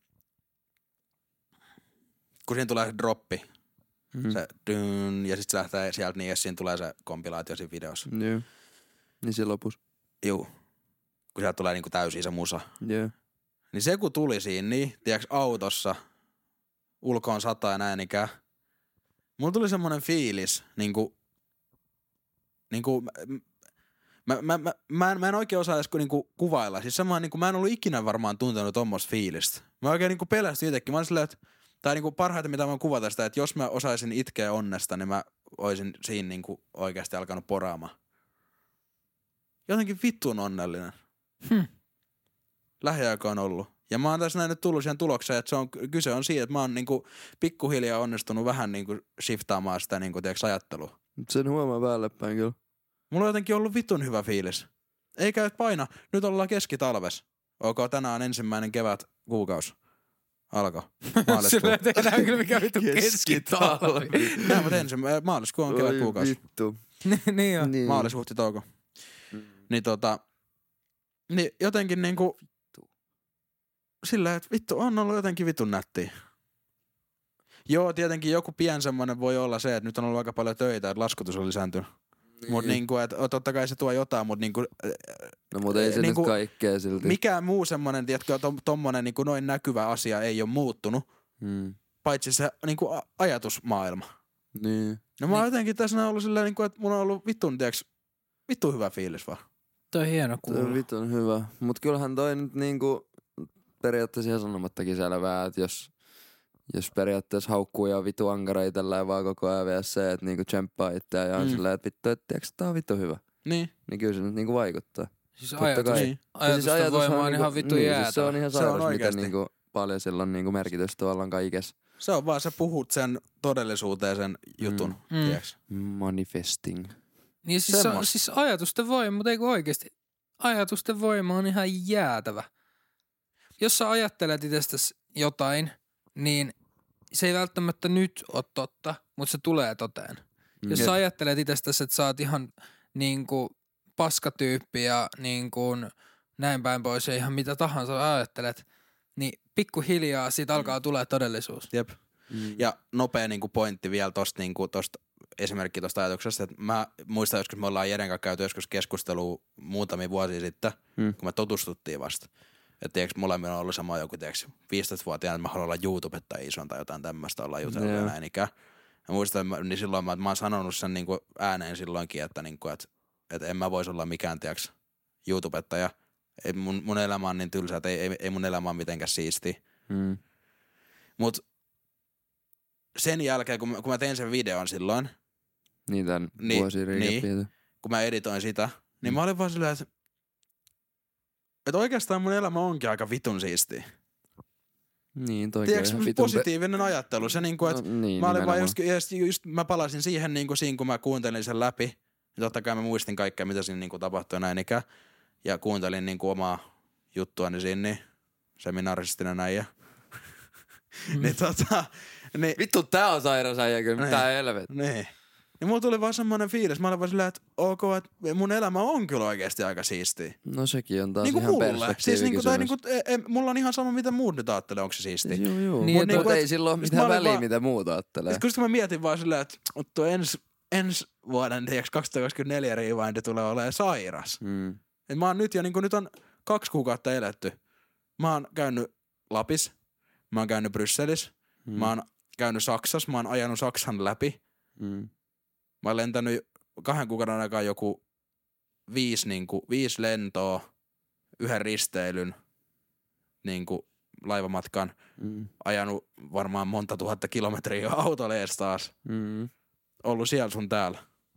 Speaker 2: kun siinä tulee se droppi. Mm. Se dyn, ja sit se lähtee sieltä niin, ja siinä tulee se kompilaatio siinä videossa.
Speaker 1: Joo. Niin siinä lopussa.
Speaker 2: Juu. Kun sieltä tulee niinku täysin se musa.
Speaker 1: Joo.
Speaker 2: Niin se kun tuli siinä, niin tiiäks autossa, ulkoon sataa ja näin ikään. Mulla tuli semmonen fiilis, niinku, niinku, mä, mä, mä, mä, en, mä en oikein osaa edes niinku kuvailla. Siis semmoinen, niinku, mä en ollut ikinä varmaan tuntenut tommoista fiilistä. Mä oikein niinku pelästyin itsekin. Mä olin silleen, että, tai niinku parhaiten mitä mä kuvata sitä, että jos mä osaisin itkeä onnesta, niin mä oisin siinä niinku oikeasti alkanut poraamaan. Jotenkin vittuun onnellinen.
Speaker 3: Hmm.
Speaker 2: Lähiaikoin on ollut. Ja mä oon tässä näin nyt tullut siihen tulokseen, että se on, kyse on siitä, että mä oon niinku pikkuhiljaa onnistunut vähän niinku shiftaamaan sitä niinku tiiäks ajattelua.
Speaker 1: Sen huomaa päälle päin kyllä.
Speaker 2: Mulla on jotenkin ollut vitun hyvä fiilis. Eikä et paina. Nyt ollaan keskitalves. Ok, tänään on ensimmäinen kevät kuukausi. Alko. Maaliskuu.
Speaker 3: Sillä ei enää kyllä mikä vittu keskitalvi.
Speaker 2: Näin, mutta ensimmäinen maaliskuu on kevät kuukausi.
Speaker 1: Vittu.
Speaker 3: Niin on.
Speaker 1: Niin.
Speaker 2: Maalis, huhti, touko.
Speaker 1: Mm.
Speaker 2: Niin tota, niin jotenkin niinku, sillä että vittu on ollut jotenkin vitun nättiä. Joo, tietenkin joku pien semmonen voi olla se, että nyt on ollut aika paljon töitä, että laskutus on lisääntynyt.
Speaker 1: Niin.
Speaker 2: Mut niinku, että totta kai se tuo jotain, mut niinku,
Speaker 1: No mutta ei se
Speaker 2: niinku,
Speaker 1: nyt kaikkea silti.
Speaker 2: mikään muu semmonen, tiedätkö, to, tommonen niinku noin näkyvä asia ei ole muuttunut,
Speaker 1: Mm.
Speaker 2: paitsi se niinku a- ajatusmaailma.
Speaker 1: Niin.
Speaker 2: No mä oon
Speaker 3: Niin.
Speaker 2: jotenkin tässä ollut silleen, niinku, että mulla on ollut vittun, tiedätkö, vittu hyvä fiilis vaan.
Speaker 3: Toi on hieno
Speaker 1: Tuo on
Speaker 3: kuulla.
Speaker 1: vitun hyvä. Mut kyllähän toi nyt niinku periaatteessa ihan sanomattakin selvää, että jos, jos periaatteessa haukkuu ja vitu ankareita tällä vaan koko ajan vielä se, että niinku tsemppaa itseään ja on
Speaker 2: Mm.
Speaker 1: silleen, että vittu, että tiiäks, tää on vittu hyvä.
Speaker 2: Niin,
Speaker 1: Niin kyllä se nyt niinku vaikuttaa.
Speaker 3: Siis
Speaker 1: Totta
Speaker 3: ajatus,
Speaker 1: kai.
Speaker 2: niin.
Speaker 3: ajatusten
Speaker 1: ajatushan
Speaker 3: voima on
Speaker 1: niinku-
Speaker 3: ihan vittu
Speaker 1: niin,
Speaker 3: jäätävä.
Speaker 1: siis se on ihan
Speaker 2: Se on
Speaker 1: sairas, miten
Speaker 2: oikeesti.
Speaker 1: niinku paljon sillä on niinku merkitystä tavallaan kaikessa.
Speaker 2: Se on vaan, sä puhut sen todellisuuteen sen jutun,
Speaker 3: Mm.
Speaker 2: mm. tiedätkö?
Speaker 1: Manifesting.
Speaker 3: Niin siis, se on,
Speaker 2: Semmosta.
Speaker 3: siis ajatusten voima, mutta eikö oikeesti? Ajatusten voima on ihan jäätävä. Jos sä ajattelet itsestäsi jotain, niin se ei välttämättä nyt ole totta, mutta se tulee toteen. Jos
Speaker 1: Mm.
Speaker 3: sä ajattelet itsestäsi, että sä oot ihan niinku paskatyyppi ja niinku näin päin pois ja ihan mitä tahansa ajattelet, niin pikkuhiljaa siitä alkaa tulee todellisuus.
Speaker 2: Jep.
Speaker 1: Mm.
Speaker 2: Ja nopea niinku pointti vielä tosta, niinku, tosta esimerkki tosta ajatuksesta, että mä muistan joskus, me ollaan Jeren kanssa käyty joskus keskustelua muutamia vuosia sitten,
Speaker 1: Mm.
Speaker 2: kun me totustuttiin vasta. Että tiiäks, molemmilla on ollut sama joku, tiiäks, viisitoistavuotiaana, että mä haluan olla YouTubettaja ison tai jotain tämmöistä, ollaan jutellut
Speaker 1: Joo.
Speaker 2: ja näin ikään. Ja muistan, että mä- niin silloin mä, mä oon sanonut sen niinku ääneen silloinkin, että, niinku, että, että en mä vois olla mikään, tiiäks, YouTubettaja. Ei, mun, mun elämä on niin tylsä, että ei, ei, ei mun elämä ole mitenkään siistiä.
Speaker 1: Mm.
Speaker 2: Mut sen jälkeen, kun mä, kun mä tein sen videon silloin,
Speaker 1: Niin tän
Speaker 2: Niin,
Speaker 1: vuosi
Speaker 2: niin. kun mä editoin sitä, niin
Speaker 1: Mm.
Speaker 2: mä olin vaan silleen, että, että oikeastaan mun elämä onkin aika vitun siistiä.
Speaker 1: Niin, toikin on
Speaker 2: Tiedätkö,
Speaker 1: ihan vitun...
Speaker 2: positiivinen ajattelu, se niinku, että
Speaker 1: no, niin,
Speaker 2: mä olin vaan
Speaker 1: nimenomaan.
Speaker 2: just, just, just, mä palasin siihen niinku siinä, kun mä kuuntelin sen läpi. Ja totta kai mä muistin kaikkea, mitä siinä niinku tapahtui näin ikään. Ja kuuntelin niinku omaa juttuani siinä, niin seminaaristinen äijä.
Speaker 3: Mm.
Speaker 2: niin tota, niin,
Speaker 1: Vittu, tää on sairas äijä kyllä, mitä
Speaker 2: Niin.
Speaker 1: helvet.
Speaker 2: niin. Ja mulla tuli vaan semmonen fiilis, mä olin vaan silleen, että ok, että mun elämä on kyllä oikeesti aika siistiä.
Speaker 1: No sekin on taas
Speaker 2: Niinku
Speaker 1: ihan
Speaker 2: mulle. Siis niinku, tai
Speaker 1: perspektiivikysymys.
Speaker 2: niinku, e, e, mulla on ihan sama, mitä muut nyt ajattelee, onko se siistiä.
Speaker 1: Joo, joo.
Speaker 3: Niin,
Speaker 1: Mut
Speaker 3: että-
Speaker 1: niinku,
Speaker 2: et-
Speaker 1: ei sillä ole
Speaker 2: sit
Speaker 1: mitään
Speaker 2: mä olin
Speaker 1: väliä,
Speaker 2: vaan-
Speaker 1: mitä muut ajattelee.
Speaker 2: Et koska mä mietin vaan silleen, että tuo ens, ensi vuoden, tiiäks, kaksituhattakaksikymmentäneljä Rewind tulee olemaan sairas.
Speaker 1: Mm.
Speaker 2: Et mä oon nyt jo, niinku nyt on kaksi kuukautta eletty. Mä oon käynyt Lapis, mä oon käynyt Brysselissä,
Speaker 1: Mm.
Speaker 2: mä oon käynyt Saksassa, mä oon ajanut Saksan läpi.
Speaker 1: Mm.
Speaker 2: Mä oon lentänyt kahden kuukauden aikaa joku viisi, niinku, viisi lentoa, yhden risteilyn, niinku, laivamatkan.
Speaker 1: Mm.
Speaker 2: Ajanut varmaan monta tuhatta kilometriä autolla ees taas.
Speaker 1: Mm.
Speaker 2: Ollut siellä sun täällä.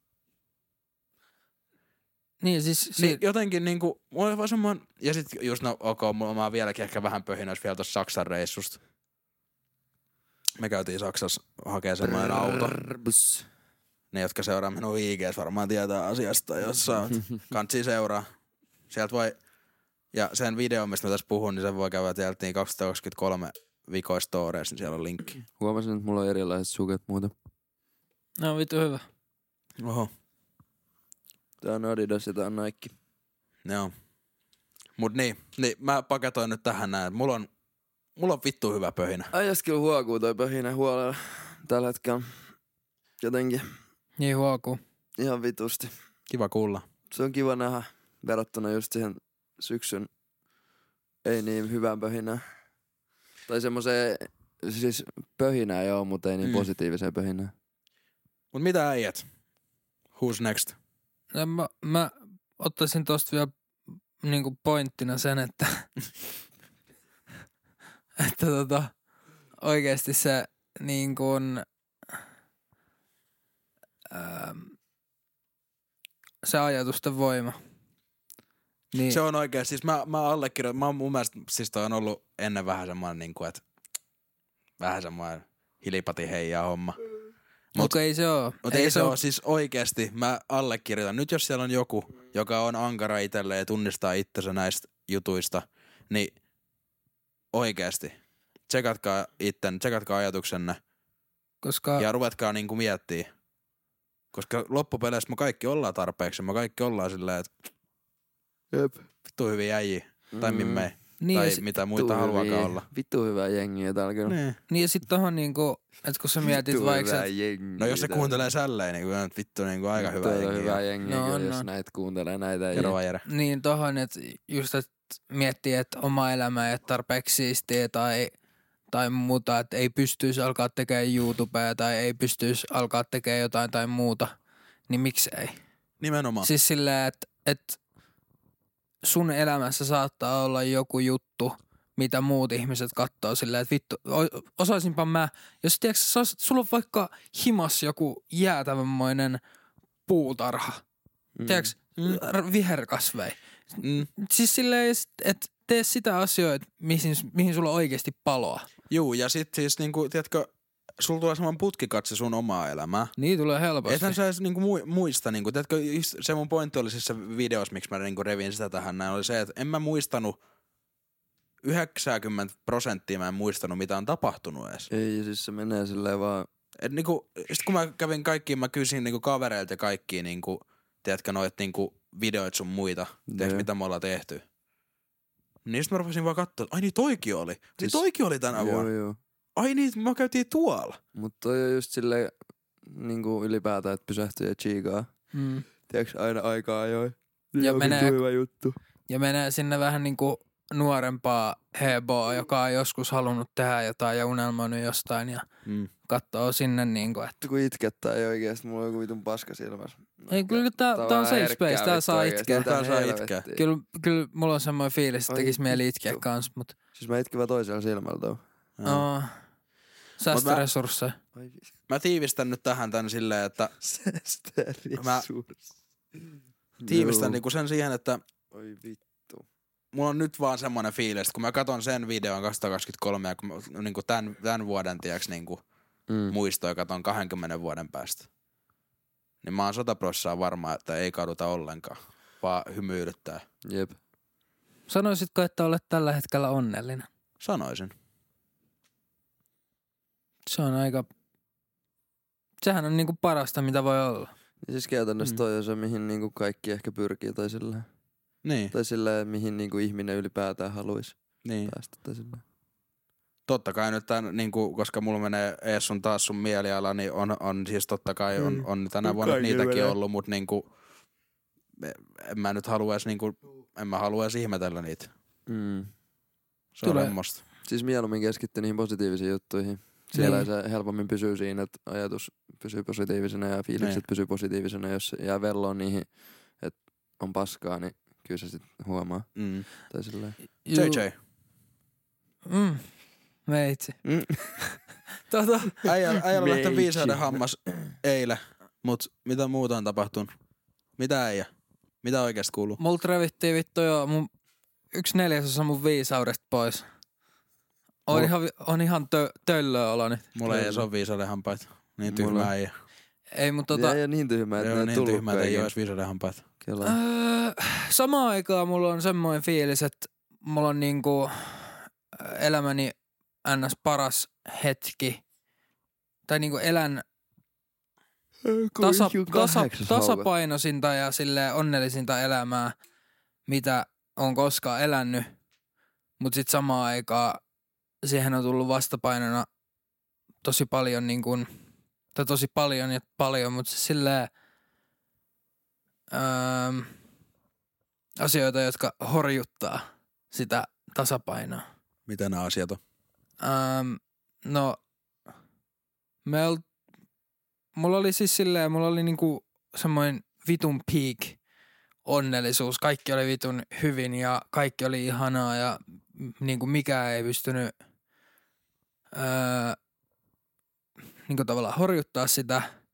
Speaker 3: Niin siis
Speaker 2: Niin
Speaker 3: si-
Speaker 2: jotenkin niinku, mulla oli vaan semmoinen, ja sit just no ok, mulla mä oon vieläkin ehkä vähän pöhinöis vielä tossa Saksan reissusta. Me käytiin Saksassa hakee semmoinen auto.
Speaker 1: Brrbs.
Speaker 2: Ne, jotka seuraa minun I G:ssä varmaan tietää asiasta, jos sä oot kantsi seuraa. Sieltä voi, ja sen videon, mistä mä tässä puhun, niin sen voi käydä sieltä niin kaksituhattakaksikymmentäkolme Viko Stories, niin siellä on linkki.
Speaker 1: Huomasin, että mulla on erilaiset suket muuta.
Speaker 3: no vittu hyvä.
Speaker 2: Oho,
Speaker 1: Tää on Adidas ja tää on Nike.
Speaker 2: joo. Mut niin, niin mä paketoin nyt tähän näin. Mulla on, mulla on vittu hyvä pöhinä.
Speaker 1: Äijäs kyllä huokuu toi pöhinä huolella tällä hetkellä. Jotenkin
Speaker 3: Niin huokuu.
Speaker 1: ihan vitusti.
Speaker 2: Kiva kuulla.
Speaker 1: Se on kiva nähdä verrattuna just siihen syksyn ei niin hyvään pöhinään. Tai semmoseen, siis pöhinää joo, mutta ei niin
Speaker 2: Mm.
Speaker 1: positiiviseen pöhinään.
Speaker 2: Mut mitä äijät? Who's next?
Speaker 3: No, mä, mä ottaisin tosta vielä niinku pointtina sen, että, että tota, oikeesti se niin kuin, ähm, se ajatusten voima. Niin,
Speaker 2: Se on oikein. Siis mä, mä allekirjoitan. Mä mun mielestä siis toi on ollut ennen vähän semmoinen niinku, että vähän semmoinen hilipati heijaa homma.
Speaker 3: mutta ei se oo.
Speaker 2: Mutta ei, ei se ole siis oikeesti, mä allekirjoitan. Nyt jos siellä on joku, joka on ankara itselleen ja tunnistaa itsensä näistä jutuista, niin oikeesti, tsekatkaa itten, tsekatkaa ajatuksenne
Speaker 3: Koska
Speaker 2: ja ruvetkaa niinku miettiä. Koska loppupeleissä me kaikki ollaan tarpeeksi, me kaikki ollaan silleen, että
Speaker 1: Jep.
Speaker 2: vittu hyviä äijiä, tai
Speaker 1: Mm.
Speaker 2: mimmei,
Speaker 3: niin,
Speaker 2: tai
Speaker 3: ja sit,
Speaker 2: mitä muita haluaakaan olla.
Speaker 1: Vittu hyvää jengiä täällä kyllä.
Speaker 2: Niin.
Speaker 3: niin ja sit tohon niinku, et kun sä mietit
Speaker 1: Vittu
Speaker 3: vaikka,
Speaker 1: hyvää
Speaker 3: et,
Speaker 1: jengiä
Speaker 2: No jos se
Speaker 1: täällä.
Speaker 2: kuuntelee sälleen, niin kyllä vittu niinku aika hyvä
Speaker 1: Todella
Speaker 2: jengi.
Speaker 1: hyvää jengiä
Speaker 3: No
Speaker 1: kyllä,
Speaker 3: on,
Speaker 1: jos
Speaker 3: on.
Speaker 1: näitä kuuntelee näitä
Speaker 2: Kerro
Speaker 1: jengiä.
Speaker 2: vaan Jere.
Speaker 3: niin tohon, että just et miettii, että oma elämä ei ole tarpeeksi siistiä tai, tai muuta, että ei pystyisi alkaa tekemään YouTubea tai ei pystyisi alkaa tekemään jotain tai muuta, niin miksi ei?
Speaker 2: Nimenomaan.
Speaker 3: Siis silleen, että, että sun elämässä saattaa olla joku juttu, mitä muut ihmiset katsoo silleen, että vittu, o- osaisinpa mä, jos tiedätkö, sä osaat- sulla on vaikka himas joku jäätävänmoinen puutarha,
Speaker 1: Mm.
Speaker 3: tiedätkö, r- viherkasvei.
Speaker 2: Mm.
Speaker 3: Siis silleen, että tee sitä asioita, mihin, mihin sulla on oikeasti paloa.
Speaker 2: Juu, ja sit siis niinku, tiedätkö, sulla tulee semmoinen putkikatse sun omaa elämää.
Speaker 3: Niin tulee helposti.
Speaker 2: Ethän sä edes niinku mui- muista, niinku, tiedätkö, just se mun pointti oli siis se videos, miksi mä niinku revin sitä tähän näin, oli se, että en mä muistanut, yhdeksänkymmentä prosenttia mä en muistanut, mitä on tapahtunut edes.
Speaker 1: Ei, siis se menee silleen vaan...
Speaker 2: Et niinku, sit kun mä kävin kaikkiin, mä kysin niinku kavereilta ja kaikkiin, niinku, tiedätkö, noit niinku videoit sun muita, tiedätkö,
Speaker 1: Jee.
Speaker 2: mitä me ollaan tehty. Niin sit mä rupesin vaan katsoa, että ai niin toikin oli. Siis,
Speaker 1: Siis-
Speaker 2: toikin oli tänä
Speaker 1: Joo,
Speaker 2: vuonna.
Speaker 1: joo.
Speaker 2: Ai niin, mä käytiin tuolla.
Speaker 1: Mut toi on just silleen niinku ylipäätään, että pysähtyy ja chiikaa.
Speaker 3: Mm.
Speaker 1: Tiedätkö, aina aikaa ajoin.
Speaker 3: Ja
Speaker 1: on
Speaker 3: menee-
Speaker 1: vittu hyvä juttu.
Speaker 3: Ja menee sinne vähän niinku nuorempaa heboa, joka on joskus halunnut tehdä jotain ja unelmoinut jostain ja
Speaker 2: Mm.
Speaker 3: katsoo sinne niinku, että
Speaker 1: Vittu kun itkettää ei oikeesti, mulla on joku vitun paska silmässä.
Speaker 3: ei kyllä tää, tää on safe space, tää saa itkeä.
Speaker 2: Tää saa itkeä.
Speaker 3: Kyllä, kyllä mulla on semmoinen fiilis, että
Speaker 1: Ai
Speaker 3: tekis mieli
Speaker 1: vittu.
Speaker 3: itkeä kans, mut
Speaker 1: Siis mä itken vaan toisella silmällä tuo.
Speaker 3: no, säästöresursseja.
Speaker 1: Ai vittu.
Speaker 2: Mä tiivistän nyt tähän tän silleen, että Mä-
Speaker 1: Säästöresurssi.
Speaker 2: tiivistän
Speaker 1: Joo.
Speaker 2: niinku sen siihen, että
Speaker 1: Oi vittu.
Speaker 2: mulla on nyt vaan semmonen fiilis, että kun mä katon sen videon kaksituhattakaksikymmentäkolme ja kun mä niinku tän, tän vuoden tiiäks niinku
Speaker 1: Mm.
Speaker 2: muistoja katon kaksikymmentä vuoden päästä, niin mä oon sata prosenttia varma, että ei kaduta ollenkaan, vaan hymyilyttää.
Speaker 1: Jep.
Speaker 3: Sanoisitko, että olet tällä hetkellä onnellinen?
Speaker 2: Sanoisin.
Speaker 3: Se on aika... Sehän on niinku parasta, mitä voi olla.
Speaker 1: Ja siis käytännössä
Speaker 3: Mm.
Speaker 1: toi on se, mihin niinku kaikki ehkä pyrkii tai silleen.
Speaker 2: Niin,
Speaker 1: Tai silleen, mihin niinku ihminen ylipäätään haluaisi
Speaker 2: niin.
Speaker 1: päästä tai silleen.
Speaker 2: Totta kai nyt tän, niinku, koska mulla menee ees sun taas sun mieliala, niin on, on siis totta kai on,
Speaker 1: Mm.
Speaker 2: on tänä
Speaker 1: No
Speaker 2: vuonna
Speaker 1: kaikilla
Speaker 2: niitäkin
Speaker 1: menee.
Speaker 2: ollut, mutta niinku, en mä nyt halua edes niinku, en mä halua edes ihmetellä niitä.
Speaker 1: Mm.
Speaker 2: Se on
Speaker 3: Tulee.
Speaker 2: semmoista.
Speaker 1: Siis mieluummin keskittyy niihin positiivisiin juttuihin. Siellä
Speaker 3: Niin.
Speaker 1: se helpommin pysyy siinä, että ajatus pysyy positiivisena ja fiilikset
Speaker 2: Niin.
Speaker 1: pysyy positiivisena. Jos se jää velloon niihin, että on paskaa, niin kyllä se sitten huomaa.
Speaker 2: Mm.
Speaker 1: Tai silleen.
Speaker 2: J J.
Speaker 3: Mm. Meitsi.
Speaker 1: Mm.
Speaker 3: Tota,
Speaker 2: Äijällä äijällä lähtee
Speaker 1: Meitsi.
Speaker 2: viisauden hammas eilen, mut mitä muuta on tapahtunut? Mitä äijä? Mitä oikeesti kuuluu?
Speaker 3: multa revittiin vittu jo mun yksi neljäsosa mun viisaudesta pois. On
Speaker 1: Mulla-
Speaker 3: ihan, vi- on ihan tö, töllöä olo nyt.
Speaker 2: Mulla ei edes oo viisauden hampaita. Niin
Speaker 1: Mulla-
Speaker 2: tyhmä äijä.
Speaker 3: Ei, mutta
Speaker 1: Tota,
Speaker 3: tota...
Speaker 1: ei ole niin tyhmä,
Speaker 2: Ei
Speaker 1: että
Speaker 2: oo
Speaker 1: ne ei
Speaker 2: niin
Speaker 1: tullut
Speaker 2: tyhmä, että ei oo
Speaker 1: kaiken.
Speaker 2: edes viisauden hampaita.
Speaker 1: Kela.
Speaker 3: Öö, samaan aikaan mulla on semmoinen fiilis, että mulla on niinku elämäni ns. Paras hetki. Tai niinku elän tasa, tasa, tasapainoisinta ja silleen onnellisinta elämää, mitä on koskaan elänyt. Mut sit samaan aikaan siihen on tullut vastapainona tosi paljon niin kuin, tai tosi paljon ja paljon, mutta se silleen öö, asioita, jotka horjuttaa sitä tasapainoa.
Speaker 2: Mitä nämä asiat on?
Speaker 3: Ähm, no, me ol, mulla oli siis silleen, mulla oli niinku semmoinen vitun peak onnellisuus. Kaikki oli vitun hyvin ja kaikki oli ihanaa ja m- niinku mikään ei pystynyt öö, niinku tavallaan horjuttaa sitä.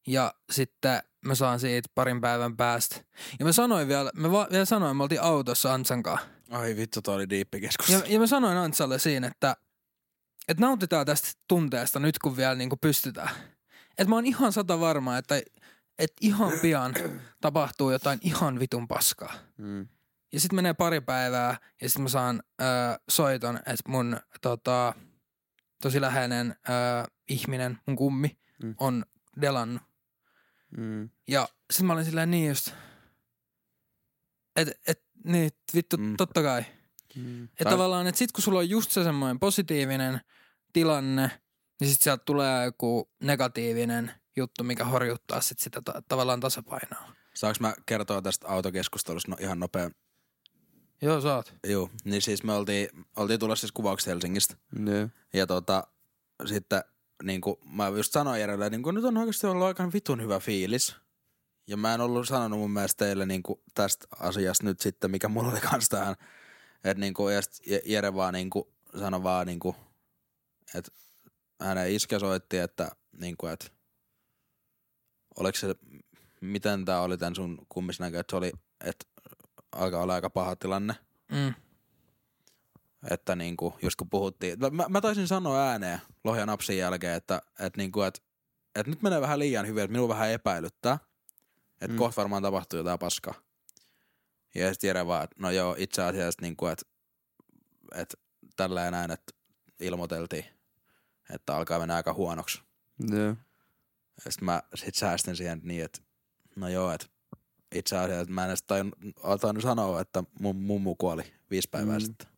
Speaker 3: Ja sitten mä saan siitä parin päivän päästä. Ja mä sanoin vielä, mä va- vielä sanoin, me oltiin autossa Antsan kanssa.
Speaker 2: Ai vittu, toi oli diippi
Speaker 3: Ja,
Speaker 2: keskustelu.
Speaker 3: ja mä sanoin Antsalle siinä, että, että nautitaan tästä tunteesta nyt kun vielä niin kuin pystytään. Että mä oon ihan sata varma, että, että ihan pian tapahtuu jotain ihan vitun paskaa.
Speaker 1: Mm.
Speaker 3: Ja sitten menee pari päivää ja sitten mä saan öö, soiton, että mun tota, tosi läheinen öö, ihminen, mun kummi,
Speaker 1: Mm.
Speaker 3: on delannut.
Speaker 1: Mm.
Speaker 3: Ja sitten mä olin silleen niin just, että et, niin, vittu,
Speaker 2: Mm.
Speaker 3: totta kai.
Speaker 1: Mm.
Speaker 3: Että
Speaker 2: Tai-
Speaker 3: tavallaan, että sit kun sulla on just se semmoinen positiivinen tilanne, niin sit sieltä tulee joku negatiivinen juttu, mikä horjuttaa sit sitä ta- tavallaan tasapainoa.
Speaker 2: Saanko mä kertoa tästä autokeskustelusta no, ihan nopea?
Speaker 3: Joo, saat.
Speaker 2: Joo, niin siis me oltiin, oltiin tulossa siis kuvaukset Helsingistä.
Speaker 1: Yeah.
Speaker 2: Ja tota, sitten niinku, mä just sanoin Jerelle, että niinku, nyt on oikeasti ollut aika vitun hyvä fiilis. Ja mä en ollut sanonut mun mielestä teille niinku, tästä asiasta nyt sitten, mikä mulla oli kans tähän. Että niinku, ja sit Je- Jere vaan niinku, sanoi vaan niinku, että hänen iskä soitti, että niinku, että oliko se, miten tää oli tän sun kummisnäkö, että se oli, että alkaa olla aika paha tilanne.
Speaker 3: Mm.
Speaker 2: Että niinku, just kun puhuttiin, mä, mä taisin sanoa ääneen Lohjan napsin jälkeen, että, että, niinku, että, että nyt menee vähän liian hyvin, että minua vähän epäilyttää, että
Speaker 1: Mm.
Speaker 2: mm. kohta varmaan tapahtuu jotain paskaa. Ja sitten Jere vaan, että no joo, itse asiassa niinku, että, että tällä ja näin, että ilmoiteltiin, että alkaa mennä aika huonoksi.
Speaker 1: Yeah.
Speaker 2: Ja sitten mä sit säästin siihen niin, että no joo, että itse asiassa mä en edes tainnut, tainnut sanoa, että mun mummu kuoli viisi päivää
Speaker 1: Mm.
Speaker 2: mm. sitten.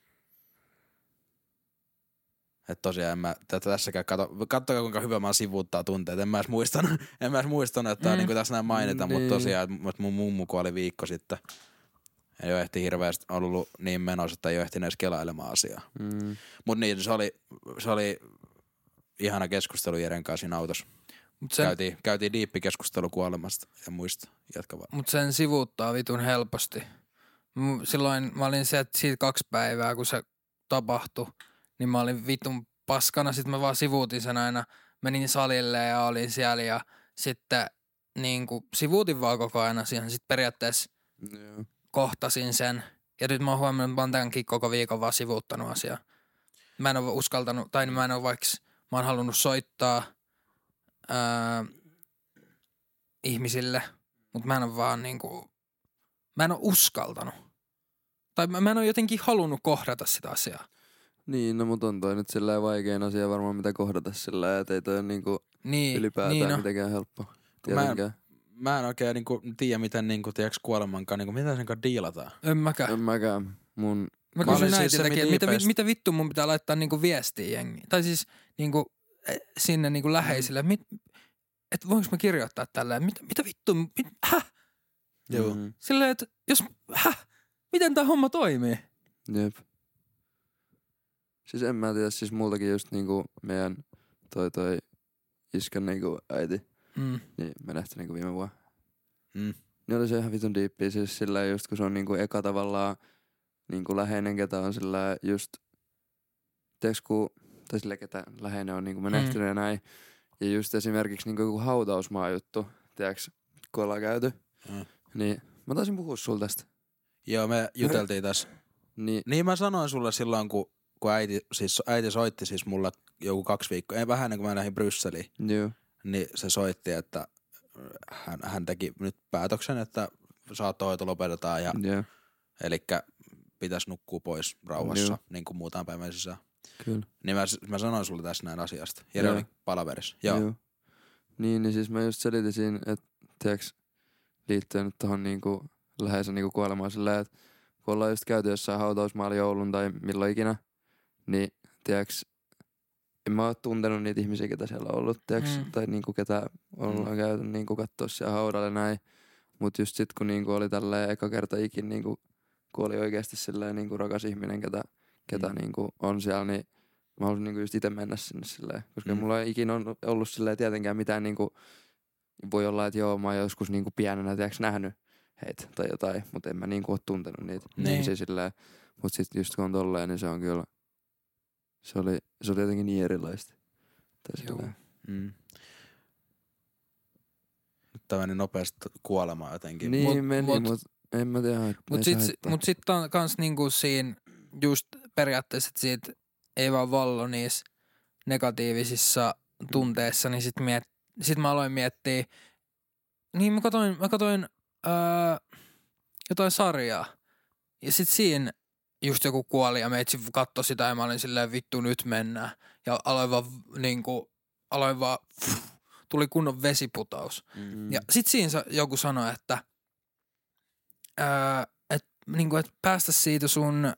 Speaker 2: Että tosiaan en mä tätä tässäkään kato, katsokaa kuinka hyvä mä sivuuttaa tunteet. En mä edes muistanut, en mä edes muistanut että tää
Speaker 3: Mm.
Speaker 2: niinku tässä näin mainita,
Speaker 1: Niin.
Speaker 2: mutta tosiaan, että mun mummu kuoli viikko sitten. Ei ole ehti hirveästi ollut niin menossa, että ei ole ehtinyt edes kelailemaan asiaa.
Speaker 1: Mm.
Speaker 2: Mut niin, se oli, se oli ihana keskustelu Jeren kanssa siinä autossa.
Speaker 3: Mut sen,
Speaker 2: Käytiin, käytiin diippikeskustelu kuolemasta ja muista. Jatka vaan.
Speaker 3: mut sen sivuuttaa vitun helposti. Mu- Silloin mä olin se, että siitä kaksi päivää, kun se tapahtui, niin mä olin vitun paskana. Sitten mä vaan sivuutin sen aina. Menin salille ja olin siellä ja sitten niin kuin sivuutin vaan koko ajan siihen. Sitten periaatteessa
Speaker 1: Yeah.
Speaker 3: kohtasin sen. Ja nyt mä oon huomannut, että mä oon tämänkin koko viikon vaan sivuuttanut asiaa. Mä en ole uskaltanut, tai mä en ole vaikka, mä oon halunnut soittaa ää, ihmisille, mutta mä en ole vaan niinku, mä en ole uskaltanut. Tai mä, mä en ole jotenkin halunnut kohdata sitä asiaa.
Speaker 1: Niin, no mut on toi nyt sillä vaikein asia varmaan mitä kohdata sillä, et ei toi ole niinku
Speaker 3: Niin,
Speaker 1: ylipäätään
Speaker 3: niin no.
Speaker 1: mitenkään helppo.
Speaker 2: Mä en-
Speaker 1: Tietenkään.
Speaker 2: Mä en oikein niinku tiedä, miten niinku, tiedätkö, kuolemankaan, niinku, miten sen kanssa diilataan.
Speaker 3: En mäkään.
Speaker 1: En mäkään. Mun,
Speaker 3: Mä
Speaker 2: Mä
Speaker 3: kysyin
Speaker 2: olin siis
Speaker 3: äitiltäkin, että mitä,
Speaker 2: semi-deepest.
Speaker 3: mitä vittu mun pitää laittaa niinku viestiä jengiin. Tai siis niinku, eh, sinne niinku läheisille. Mit, että voinko mä kirjoittaa tälleen? Mitä, mitä vittu? Mit, häh?
Speaker 2: Joo.
Speaker 1: Mm,
Speaker 3: Silleen, että jos, häh? Miten tää homma toimii?
Speaker 1: jep. Siis en mä tiedä, siis multakin just niinku meidän toi toi iskän niinku äiti,
Speaker 3: Mm.
Speaker 1: niin menehtyi niinku viime vuonna.
Speaker 2: Mm.
Speaker 1: Niin oli se ihan vitun diippiä, siis sillä just kun se on niinku eka tavallaan niinku läheinen, ketä on sillä just, tiiäks kun, tai sillä ketä läheinen on niinku menehtynyt mm. ja näin. Ja just esimerkiksi niinku joku hautausmaa juttu, tiiäks, kun ollaan käyty,
Speaker 2: Mm.
Speaker 1: niin mä taisin puhua sul tästä.
Speaker 2: Joo, me juteltiin tässä.
Speaker 1: Niin,
Speaker 2: Niin mä sanoin sulle silloin, kun, kun äiti, siis äiti soitti siis mulle joku kaksi viikkoa, ei vähän ennen kuin mä lähdin Brysseliin,
Speaker 1: joo.
Speaker 2: niin se soitti, että hän, hän teki nyt päätöksen, että saattohoito lopetetaan ja
Speaker 1: Joo,
Speaker 2: elikkä pitäisi nukkua pois rauhassa,
Speaker 1: Joo.
Speaker 2: niin kuin muutaman päivän sisään.
Speaker 1: kyllä.
Speaker 2: Niin mä, mä sanoin sulle tässä näin asiasta. Jere
Speaker 1: Joo.
Speaker 2: oli palaverissa. Joo.
Speaker 1: Joo. Niin, niin siis mä just selitin siinä, että tiiäks, liittyen nyt tohon niinku läheisen niinku kuolemaan silleen, että kun ollaan just käyty jossain hautausmaalla joulun tai milloin ikinä, niin tiiäks, en mä oo tuntenut niitä ihmisiä, ketä siellä on ollut, tiiäks,
Speaker 3: Mm.
Speaker 1: tai niinku ketä ollaan
Speaker 2: Mm.
Speaker 1: käyty niinku kattoo siellä haudalla näin. Mut just sit kun niinku oli tälleen eka kerta ikin niinku, kun oli oikeesti silleen niinku rakas ihminen, ketä, ketä
Speaker 2: Mm.
Speaker 1: niinku on siellä, niin mä halusin niinku just ite mennä sinne silleen, koska
Speaker 2: Mm.
Speaker 1: mulla ei ikinä on ollut silleen tietenkään mitään niinku, voi olla, että joo, mä oon joskus niinku pienenä tiiäks nähnyt heitä tai jotain, mutta en mä niinku oo tuntenut niitä
Speaker 2: Niin.
Speaker 1: ihmisiä silleen. Mut sit just kun on tolleen, niin se on kyllä, se oli, se oli jotenkin niin erilaista. Tai
Speaker 3: Joo.
Speaker 1: silleen.
Speaker 2: Mm. että meni nopeasti kuolemaan jotenkin.
Speaker 1: Niin
Speaker 3: Mut-
Speaker 1: mut, meni,
Speaker 3: mut-
Speaker 1: mutta mut, en mä tiedä.
Speaker 3: Mut
Speaker 1: ei
Speaker 3: sit,
Speaker 1: se haittaa.
Speaker 3: mut sit on kans niinku siinä just periaatteessa, että siitä ei vaan vallo niissä negatiivisissa tunteissa, niin sit, miet, sit mä aloin miettiä, niin mä katoin, mä katoin öö, jotain sarjaa. Ja sit siinä just joku kuoli ja meitsi kattoi sitä ja mä olin silleen vittu nyt mennään. Ja aloin vaan niinku, aloin vaan, pff, tuli kunnon vesiputaus.
Speaker 2: Mm.
Speaker 3: Ja sit siinä sa- joku sanoi, että öö, et, niinku, et päästä siitä sun,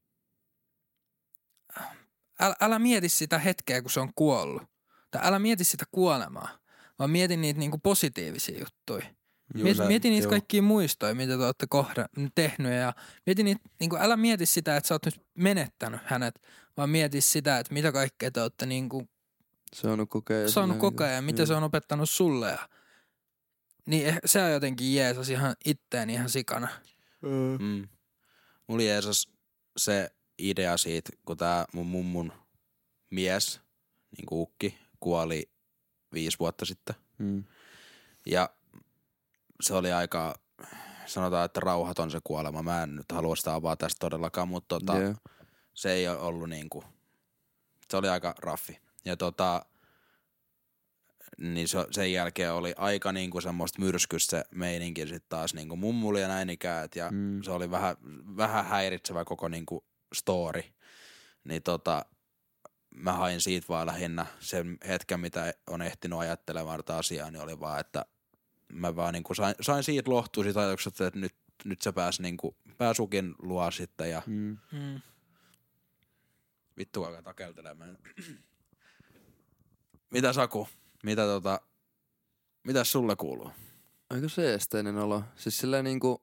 Speaker 3: älä, älä mieti sitä hetkeä, kun se on kuollut. Tai älä mieti sitä kuolemaa, vaan mieti niitä niinku positiivisia juttuja.
Speaker 2: Juu,
Speaker 3: Mieti,
Speaker 2: sä-
Speaker 3: mieti niitä
Speaker 2: joo.
Speaker 3: kaikkia muistoja, mitä te olette kohda, tehnyt ja mieti niitä, niinku, älä mieti sitä, että sä oot nyt menettänyt hänet, vaan mieti sitä, että mitä kaikkea te olette niinku
Speaker 1: Saanut kokea. ja
Speaker 3: saanut
Speaker 1: silleen
Speaker 3: kokea ja
Speaker 1: niinku-
Speaker 3: mitä
Speaker 1: joo.
Speaker 3: se on opettanut sulle. Ja, niin eh- se on jotenkin jeesas ihan itteeni ihan sikana.
Speaker 2: Mm. Mulla jeesas se idea siitä, kun tää mun mummun mies, niin kuin ukki, kuoli viisi vuotta sitten.
Speaker 1: Mm.
Speaker 2: Ja se oli aika, sanotaan, että rauhaton se kuolema. Mä en nyt halua sitä avaa tästä todellakaan, mutta tota,
Speaker 1: Joo.
Speaker 2: se ei ole ollut niinku, se oli aika raffi. Ja tota, niin se, sen jälkeen oli aika niinku semmoista myrskystä se meininki sit taas niinku mummulla ja näin ikään. Ja
Speaker 1: Mm.
Speaker 2: se oli vähän, vähän häiritsevä koko niinku story. Niin tota, mä hain siitä vaan lähinnä sen hetken, mitä on ehtinyt ajattelemaan tätä asiaa, niin oli vaan, että mä vaan niinku sain, sain siitä lohtua siitä ajatuksesta, että nyt, nyt se pääsi niinku, pääsi ukin luo sitten ja
Speaker 1: Mm.
Speaker 3: Mm.
Speaker 2: vittu alkaa takeltelemaan. Mitä Saku? Mitä tota, mitä sulle kuuluu?
Speaker 1: Aika seesteinen olo. Siis silleen niinku...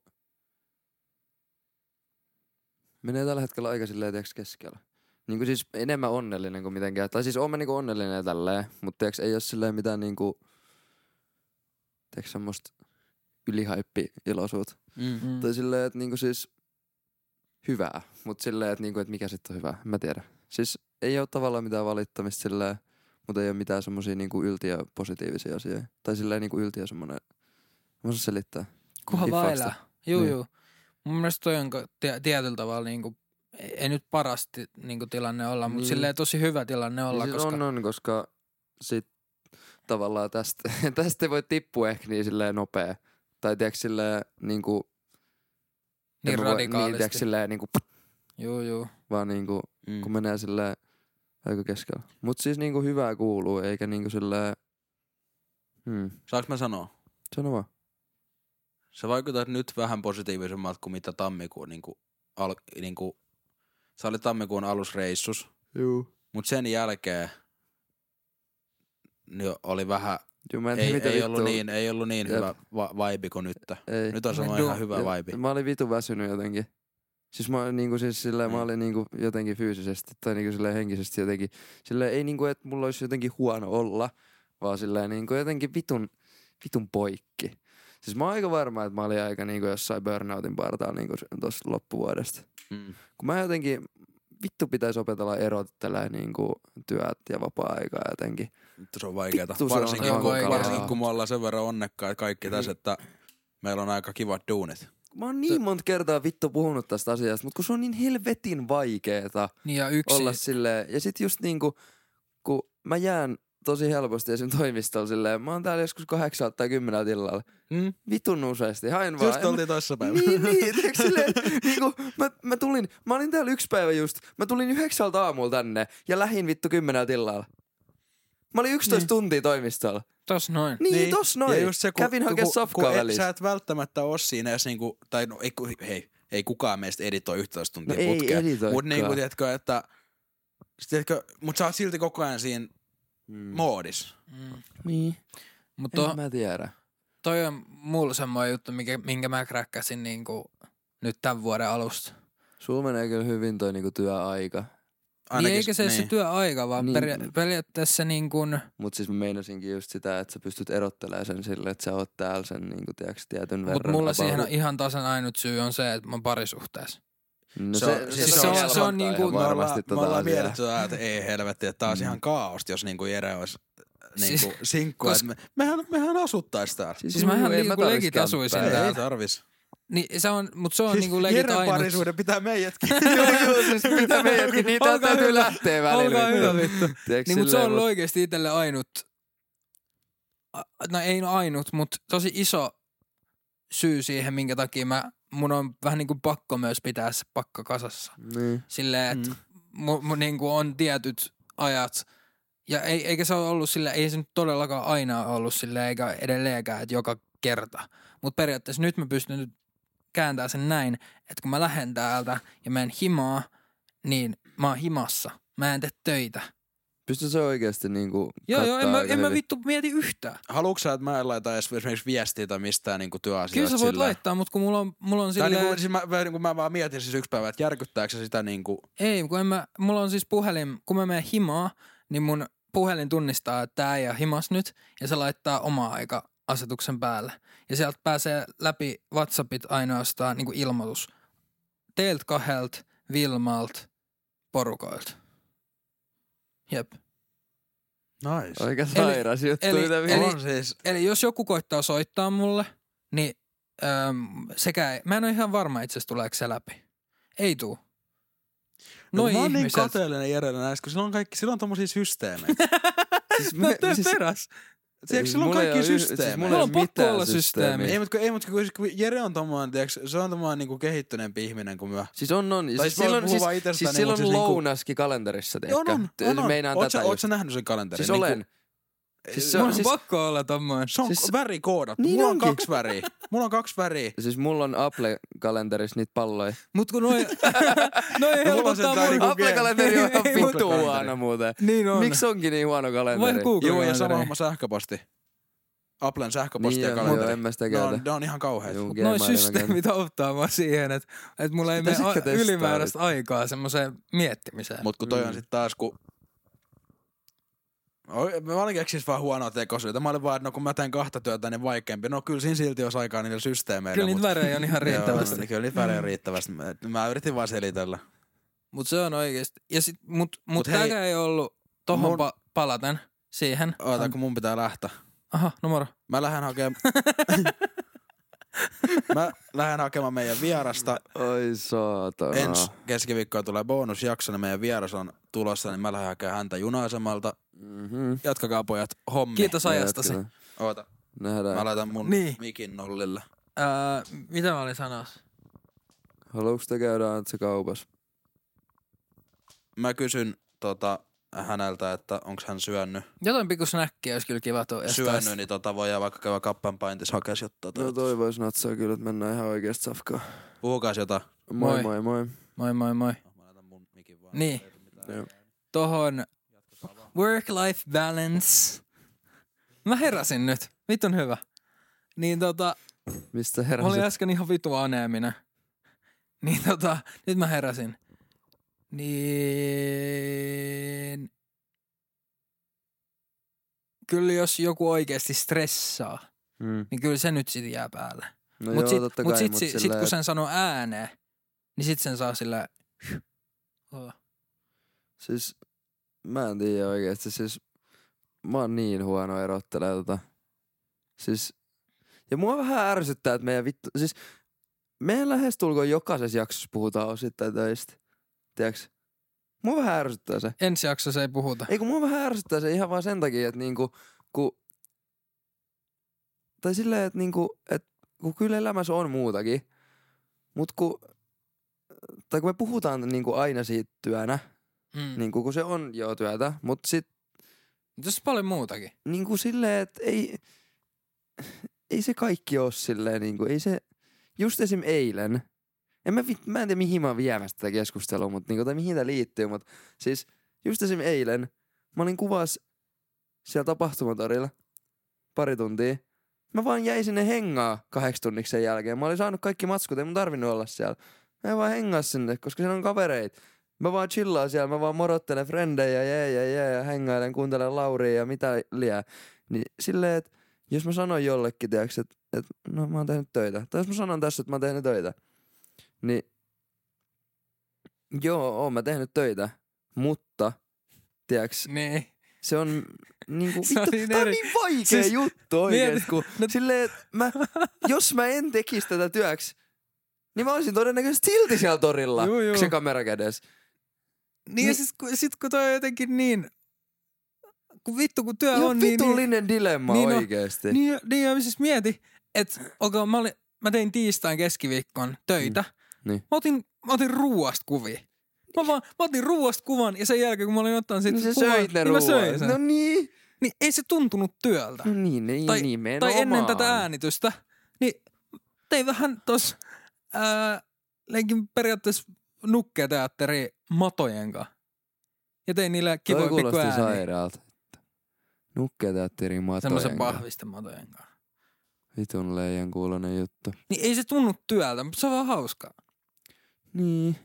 Speaker 1: Menee tällä hetkellä aika silleen tiiäks keskellä. Niinku siis enemmän onnellinen kuin mitenkään. Tai siis oon mä niinku onnellinen ja tälleen. Mut tiiäks ei oo silleen mitään niinku... Tiiäks semmoista ylihaippi-iloisuutta.
Speaker 2: Mm.
Speaker 3: Mm.
Speaker 1: Tai silleen, että niinku siis... Hyvää. Mut silleen, että niinku, et mikä sit on hyvää. Mä tiedän. Siis ei oo tavallaan mitään valittamista silleen. Mutta ei oo mitään semmosia niinku yltiö positiivisia asioita. Tai silleen niinku yltiö semmonen... Mä osaan selittää.
Speaker 3: Kunhan vaan
Speaker 1: Hiffausta.
Speaker 3: elää. Juu,
Speaker 1: Niin.
Speaker 3: juu. Mun mielestä toi on ko- tie- tietyllä tavalla niinku, ei, ei nyt paras ti, niinku tilanne olla, mutta
Speaker 1: Niin.
Speaker 3: silleen tosi hyvä tilanne olla,
Speaker 1: Niin siis
Speaker 3: koska...
Speaker 1: on, on, koska sit tavallaan tästä, tästä ei voi tippua ehkä niin silleen nopea. Tai tiedätkö silleen niinku...
Speaker 3: Niin
Speaker 1: en mä voi-
Speaker 3: radikaalisti.
Speaker 1: Niin tiedätkö silleen niinku...
Speaker 3: Juu, juu.
Speaker 1: Vaan niinku,
Speaker 2: Mm.
Speaker 1: kun menee silleen aika keskellä. Mut siis niinku hyvää kuuluu, eikä niinku silleen... Hmm.
Speaker 2: Saanko mä sanoa?
Speaker 1: Sano vaan.
Speaker 2: Sä vaikutat nyt vähän positiivisemmalta kuin mitä tammikuun niinku, al, niinku, sä olit tammikuun alusreissus,
Speaker 1: Juu.
Speaker 2: mut sen jälkeen niin oli vähän,
Speaker 1: Juu, mä en
Speaker 2: ei,
Speaker 1: tiedä mitä
Speaker 2: ei,
Speaker 1: vittua.
Speaker 2: ollut niin, ei ollut niin
Speaker 1: Jep.
Speaker 2: hyvä va- vibe kuin nyt.
Speaker 1: Ei.
Speaker 2: Nyt on semmoinen
Speaker 3: Joo.
Speaker 2: ihan hyvä
Speaker 1: Ja
Speaker 2: vibe.
Speaker 1: Mä olin vitu väsynyt jotenkin. Siis mä olin niinku siis silleen,
Speaker 2: Mm.
Speaker 1: mä olin niinku jotenkin fyysisesti tai niinku silleen henkisesti jotenkin. Silleen ei niinku, että mulla olisi jotenkin huono olla, vaan silleen niinku jotenkin vitun, vitun poikki. Siis mä oon aika varma, että mä olin aika niinku jossain burnoutin partaalla niinku tossa loppuvuodesta.
Speaker 2: Mm.
Speaker 1: Kun mä jotenkin, vittu pitäisi opetella erottelemaan niinku työt ja vapaa-aikaa jotenkin.
Speaker 2: Vittu se on vaikeeta.
Speaker 1: Vittu se on
Speaker 2: Varsinkin, kun,
Speaker 3: hankalaa.
Speaker 2: varsinkin kun me ollaan sen verran onnekkaita kaikki tässä, että meillä on aika kivat duunit.
Speaker 1: Mä oon niin monta kertaa vittu puhunut tästä asiasta, mutta kun se on niin helvetin vaikeeta.
Speaker 3: Niin ja yksi...
Speaker 1: Olla silleen, ja sit just niinku, kun mä jään tosi helposti esim. Toimistolla silleen, mä oon täällä joskus kahdeksalta tai kymmeneltä illalla.
Speaker 2: Mm.
Speaker 1: Vitun useasti, hain vaan.
Speaker 2: Just oltiin toissa päivänä.
Speaker 1: Niin, niin, tiiäks silleen, niinku, mä, mä tulin, mä olin täällä yksi päivä just, mä tulin yhdeksältä aamulla tänne ja lähin vittu kymmeneltä illalla. Mä olin yksitoista
Speaker 3: Niin.
Speaker 1: tuntia toimistolla.
Speaker 3: Tos noin.
Speaker 1: Niin, niin. Tossa noin.
Speaker 2: Ja just se, kun,
Speaker 1: Kävin
Speaker 2: kun,
Speaker 1: hakea
Speaker 2: kun,
Speaker 1: safkaa
Speaker 2: kun et,
Speaker 1: välissä.
Speaker 2: sä et välttämättä oo siinä edes niinku, tai no ei, ku- hei, ei kukaan meistä editoi yksitoista tuntia
Speaker 1: No ei
Speaker 2: putkeen.
Speaker 1: editoikaan.
Speaker 2: Mut niinku, tiedätkö, että, tiedätkö, mut sä oot silti koko ajan siinä
Speaker 1: Mm.
Speaker 2: moodis.
Speaker 3: Mm.
Speaker 1: Niin.
Speaker 3: Mutta
Speaker 1: En mä tiedä.
Speaker 3: toi on mulla semmoinen juttu, mikä, minkä mä kräkkäsin niinku nyt tämän vuoden alusta.
Speaker 1: Sulla menee kyllä hyvin toi niinku työaika.
Speaker 3: Niin eikä se niin. se työaika, vaan
Speaker 1: Niin.
Speaker 3: niin. periaatteessa niin kuin...
Speaker 1: Mut siis mä meinasinkin just sitä, että sä pystyt erottelemaan sen sille, että sä oot täällä sen niinku, tiiäks, tietyn verran.
Speaker 3: Mutta mulla
Speaker 1: about.
Speaker 3: siihen on ihan tasan ainut syy on se, että mä oon parisuhteessa.
Speaker 1: No
Speaker 2: Se on- siis se on-
Speaker 1: helpottaa
Speaker 3: se on
Speaker 1: ihan
Speaker 3: niinku-
Speaker 2: Me
Speaker 1: varmasti
Speaker 2: ollaan, me
Speaker 1: tota
Speaker 2: ollaan
Speaker 1: asiaa.
Speaker 2: mietitty, että ei helvetti, että tää olisi
Speaker 1: Mm.
Speaker 2: ihan kaaosta, jos niinku Jere olisi niinku
Speaker 3: Siis-
Speaker 2: sinkkua,
Speaker 3: kos-
Speaker 2: että me, mehän, mehän asuttais täällä.
Speaker 3: Siis mähän
Speaker 1: ei, mä
Speaker 3: niinku
Speaker 1: tarvis
Speaker 3: legit asuisin
Speaker 1: kämppää.
Speaker 3: täällä.
Speaker 2: Ei tarvis.
Speaker 3: Niin se on, mut se on
Speaker 2: Siis
Speaker 3: niinku legit
Speaker 2: Jeren
Speaker 3: ainut.
Speaker 2: parisuuden pitää meidätkin.
Speaker 1: Joo, joo, siis pitää meidänkin, niitä
Speaker 3: Olkaa
Speaker 1: täytyy
Speaker 3: hyvä.
Speaker 1: lähteä välillä.
Speaker 3: Olkaa hyvä vittu.
Speaker 1: Tiedätkö,
Speaker 3: Niin, mut se
Speaker 1: silleen,
Speaker 3: on
Speaker 1: mut-
Speaker 3: oikeesti itselle ainut, a- no ei ainut, mut tosi iso syy siihen, minkä takia mä, mun on vähän niinku pakko myös pitää se pakka kasassa.
Speaker 1: Niin.
Speaker 3: Silleen, että
Speaker 2: Mm.
Speaker 3: mu, mu, niinku on tietyt ajat. Ja ei, eikä se ole ollut sille, ei se nyt todellakaan aina ollut sille, eikä edelleenkään, että joka kerta. Mutta periaatteessa nyt mä pystyn nyt kääntämään sen näin, että kun mä lähden täältä ja menen himaa, niin mä oon himassa. Mä en tee töitä.
Speaker 1: Pystyy se oikeesti niinku
Speaker 3: Joo, joo, en mä,
Speaker 1: aika
Speaker 3: en mä
Speaker 1: hyvin.
Speaker 3: vittu mieti yhtään.
Speaker 2: Haluatko sä, että mä en laita edes esimerkiksi viestiä tai mistään niinku työasioista
Speaker 3: Kyllä sä voit
Speaker 2: silleen?
Speaker 3: laittaa, mutta kun mulla on, mulla on
Speaker 2: Tai
Speaker 3: silleen...
Speaker 2: niinku, siis mä, niinku, mä vaan mietin siis yksi päivä, että järkyttääkö se sitä niinku...
Speaker 3: Ei, kun en mä, mulla on siis puhelin, kun mä menen himaa, niin mun puhelin tunnistaa, että tää ei ole himas nyt, ja se laittaa oma aika asetuksen päälle. Ja sieltä pääsee läpi WhatsAppit ainoastaan niin kuin ilmoitus. Teiltä kahdelta, Vilmalta, porukoilta. Jep.
Speaker 2: Nice.
Speaker 1: Aika sairas juttu.
Speaker 3: eli-
Speaker 1: mitä
Speaker 3: eli-
Speaker 1: vielä-
Speaker 2: On siis...
Speaker 3: Eli jos joku koittaa soittaa mulle, niin äm, sekä ei, mä en ole ihan varma itse asiassa tuleeko se läpi. Ei tuu.
Speaker 2: No,
Speaker 3: Noi
Speaker 2: mä oon niin
Speaker 3: ihmiset.
Speaker 2: kateellinen Jerelle näistä, kun sillä on kaikki, sillä on tommosia systeemeitä.
Speaker 1: Siis
Speaker 3: No
Speaker 1: me-
Speaker 3: tee
Speaker 1: siis-
Speaker 3: peräs.
Speaker 2: Tiedätkö, sillä on
Speaker 1: mulla ei
Speaker 2: kaikki
Speaker 1: oo yh- siis
Speaker 2: systeemejä.
Speaker 1: mulla
Speaker 3: Mulla
Speaker 1: ei
Speaker 3: on
Speaker 1: oo
Speaker 3: pakko
Speaker 1: mitään
Speaker 3: olla
Speaker 1: systeemiä.
Speaker 3: systeemi.
Speaker 2: Ei, mutta kun, ei, mutta kun, kun Jere on tommoinen, tiiäks, se on tommoinen niinku kehittyneempi ihminen kuin me.
Speaker 1: Siis on, on.
Speaker 2: Tai
Speaker 1: Siis
Speaker 2: siis mä
Speaker 1: silloin,
Speaker 2: puhun
Speaker 1: siis,
Speaker 2: vaan itsestään
Speaker 1: siis
Speaker 2: niin,
Speaker 1: silloin
Speaker 2: mut siis niinku-
Speaker 1: lounaskin kalenterissa,
Speaker 2: On,
Speaker 1: tehkä.
Speaker 2: on, on, on.
Speaker 1: Meinaan
Speaker 2: Oot
Speaker 1: tätä
Speaker 2: sä, oot
Speaker 1: just.
Speaker 2: sä nähnyt sen kalenterin?
Speaker 1: Siis
Speaker 2: Niinku-
Speaker 1: olen. Siis se
Speaker 3: Mulla
Speaker 1: on,
Speaker 3: on
Speaker 1: siis,
Speaker 3: pakko olla tommoinen.
Speaker 2: Se on
Speaker 1: Siis-
Speaker 2: siis, värikoodattu.
Speaker 1: Niin
Speaker 2: Mulla on
Speaker 1: onkin.
Speaker 2: kaksi väriä. Mulla on kaksi väriä.
Speaker 1: siis mulla on Apple-kalenterissa niitä palloja.
Speaker 3: Mut kun noi, noi
Speaker 2: No mulla on
Speaker 3: helpottaa
Speaker 2: sentään
Speaker 3: mun...
Speaker 2: niinku-
Speaker 1: Apple-kalenteri on ihan
Speaker 3: Ei,
Speaker 1: vittu
Speaker 2: Apple-kalenteri.
Speaker 1: huono muuten.
Speaker 3: Niin on.
Speaker 1: Miksi onkin niin huono kalenteri?
Speaker 3: Vai Google
Speaker 2: Joo, ja sama
Speaker 3: kalenteri.
Speaker 2: homma sähköposti. Applen sähköposti
Speaker 1: Niin
Speaker 2: ja
Speaker 1: joo,
Speaker 2: kalenteri.
Speaker 1: joo, en mä sitä
Speaker 2: ne,
Speaker 1: käytä.
Speaker 2: on, ne on ihan kauheita.
Speaker 1: Juu,
Speaker 3: Noi
Speaker 1: Gmailin mä käytän.
Speaker 3: systeemit auttaa mua siihen, että, että mulla ei mene
Speaker 1: Pitäisikö
Speaker 3: a-
Speaker 1: testaa
Speaker 3: ylimääräistä aikaa semmoiseen miettimiseen.
Speaker 2: Mut kun toi on
Speaker 1: Mm.
Speaker 2: sit taas, kun... Oi, Mä olin keksis vaan huonoa tekosyitä. Mä olin vaan, että no kun mä teen kahta työtä, niin vaikeampi. No kyllä siinä silti olisi aikaa niillä systeemeillä.
Speaker 3: Kyllä niitä
Speaker 2: mut-
Speaker 3: värejä on ihan riittävästi.
Speaker 2: Joo, niin kyllä niitä värejä on riittävästi. Mä, mä yritin vaan selitellä.
Speaker 3: Mut se on oikeesti. Ja sit, mut, mut,
Speaker 2: Mut hei,
Speaker 3: tääkään ei ollut tohon
Speaker 2: mun-
Speaker 3: pa- palaten siihen.
Speaker 2: Oota, kun mun pitää lähteä.
Speaker 3: Aha, no moro.
Speaker 2: Mä lähden hakemaan... Mä lähden hakemaan meidän vierasta.
Speaker 1: Oi saatana.
Speaker 2: Ensi keskiviikkoa tulee bonusjakso, niin meidän vieras on tulossa, niin mä lähden hakemaan häntä juna-asemalta.
Speaker 1: Mhm.
Speaker 2: Jatkakaa pojat hommi.
Speaker 3: Kiitos ajastasi.
Speaker 1: Jatketaan.
Speaker 2: Oota,
Speaker 1: Nähdään.
Speaker 2: mä laitan mun
Speaker 3: Niin.
Speaker 2: mikin nollille.
Speaker 3: Öö, mitä mä olin sanossa?
Speaker 1: Haluuks te käydä Antse kaupassa?
Speaker 2: Mä kysyn tota, häneltä, että onks hän syönyt.
Speaker 3: Jotain pikku snäkkiä olisi kyllä kiva tuo.
Speaker 2: Syönyt, niin tota voidaan vaikka käydä kappan paintis hakea jotain.
Speaker 1: No toi vois natsaa kyllä, että mennään ihan oikeesti safkaan.
Speaker 2: Puhukaas jotain.
Speaker 1: Moi
Speaker 3: Moi.
Speaker 1: moi moi.
Speaker 3: Moi moi moi.
Speaker 2: Mä laitan mun mikin vaan.
Speaker 3: Niin.
Speaker 2: Ei mitään.
Speaker 1: Joo.
Speaker 3: Tohon work-life balance. Mä heräsin nyt. Vitun hyvä. Niin tota,
Speaker 1: Mistä
Speaker 3: mä
Speaker 1: heräsit?
Speaker 3: olin äsken ihan vitu aneeminen. Niin tota, nyt mä heräsin. Niin... Kyllä jos joku oikeesti stressaa,
Speaker 1: Mm.
Speaker 3: niin kyllä se nyt sit jää päälle.
Speaker 1: No
Speaker 3: mut
Speaker 1: joo,
Speaker 3: sit,
Speaker 1: totta
Speaker 3: mut
Speaker 1: kai,
Speaker 3: sit,
Speaker 1: mut
Speaker 3: sit, sit
Speaker 1: silleen,
Speaker 3: kun sen sanoo ääneen, niin sit sen saa sillä... Oh.
Speaker 1: Siis mä en tiedä oikeesti, siis mä oon niin huono erottelee tota. Siis, ja mua vähän ärsyttää, että meidän vittu, siis meidän lähestulkoon jokaisessa jaksossa puhutaan osittain töistä. Tiedäks? Mua vähän ärsyttää se.
Speaker 3: Ensi jaksossa ei puhuta.
Speaker 1: Ei kun mua vähän ärsyttää se ihan vaan sen takia, että niinku, ku, tai silleen, että niinku, että kun kyllä elämässä on muutakin, mut ku, tai kun me puhutaan niinku aina siitä työnä,
Speaker 3: Mm.
Speaker 1: niinku kun se on jo työtä, mut sit
Speaker 3: Tässä on paljon muutakin.
Speaker 1: niinku silleen, että ei, ei se kaikki oo silleen niinku, ei se, just esim. Eilen, en mä, vit- mä en tiedä mihin mä oon viemässä tätä keskustelua, mut niinku, tai mihin tää liittyy, mut siis just esim. Eilen, mä olin kuvas siellä tapahtumatorilla pari tuntia. Mä vaan jäin sinne hengaa kahdeksi tunniksi sen jälkeen. Mä olin saanut kaikki matskut, ei mun tarvinnut olla siellä. Mä en vaan hengaa sinne, koska siellä on kavereit. Mä vaan chillaan siellä, mä vaan morottelen frendejä, jee, jee, jee, ja hengailen, kuuntelen Lauria ja mitä liää. Niin silleen, että jos mä sanon jollekin, tiiäks, että et, no mä oon tehnyt töitä. Tai jos mä sanon tässä, että mä oon tehnyt töitä. Niin joo, oon mä tehnyt töitä. Mutta, tiiäks,
Speaker 3: Niin.
Speaker 1: se on niinku,
Speaker 3: Se on
Speaker 1: vittu,
Speaker 3: niin
Speaker 1: tää on
Speaker 3: eri-
Speaker 1: niin vaikea
Speaker 3: siis-
Speaker 1: juttu oikeesti,
Speaker 3: mieti-
Speaker 1: kun
Speaker 3: no-
Speaker 1: silleen, että mä, jos mä en tekisi tätä työksi, niin mä olisin todennäköisesti silti siellä torilla,
Speaker 3: Juu, juu.
Speaker 1: se kamera kädessä.
Speaker 3: Niin ja sit, kun- sit kun toi on jotenkin niin, kun vittu kun työ
Speaker 1: Ihan
Speaker 3: on niin...
Speaker 1: vitullinen dilemma
Speaker 3: niin on.
Speaker 1: oikeesti.
Speaker 3: Niin, niin ja siis mieti, että okay, mä, olin, mä tein tiistain keskiviikkoon töitä.
Speaker 1: Mm, niin.
Speaker 3: Mä otin, mä otin ruuasta kuvia. Mä, vaan, mä otin ruuasta kuvan ja sen jälkeen kun mä olin ottanut siitä
Speaker 1: Niin sä
Speaker 3: kuvan,
Speaker 1: söit ne
Speaker 3: niin mä söin
Speaker 1: ruoat.
Speaker 3: sen.
Speaker 1: No niin.
Speaker 3: Niin ei se tuntunut työltä.
Speaker 1: No niin, niin,
Speaker 3: tai,
Speaker 1: nimenomaan.
Speaker 3: tai ennen tätä äänitystä, niin tein vähän tos, ää, leikin periaatteessa nukketeatteri matojen kanssa. Ja tein niille kivoja
Speaker 1: Toi
Speaker 3: pikku
Speaker 1: kuulosti
Speaker 3: ääniä.
Speaker 1: sairaalta. Nukketeatterin matojen
Speaker 3: Semmoisen
Speaker 1: kanssa.
Speaker 3: pahvisten matojen kanssa.
Speaker 1: Vitun leijan kuulonen juttu.
Speaker 3: Niin ei se tunnu työltä, mutta se on vaan hauskaa.
Speaker 1: Niin.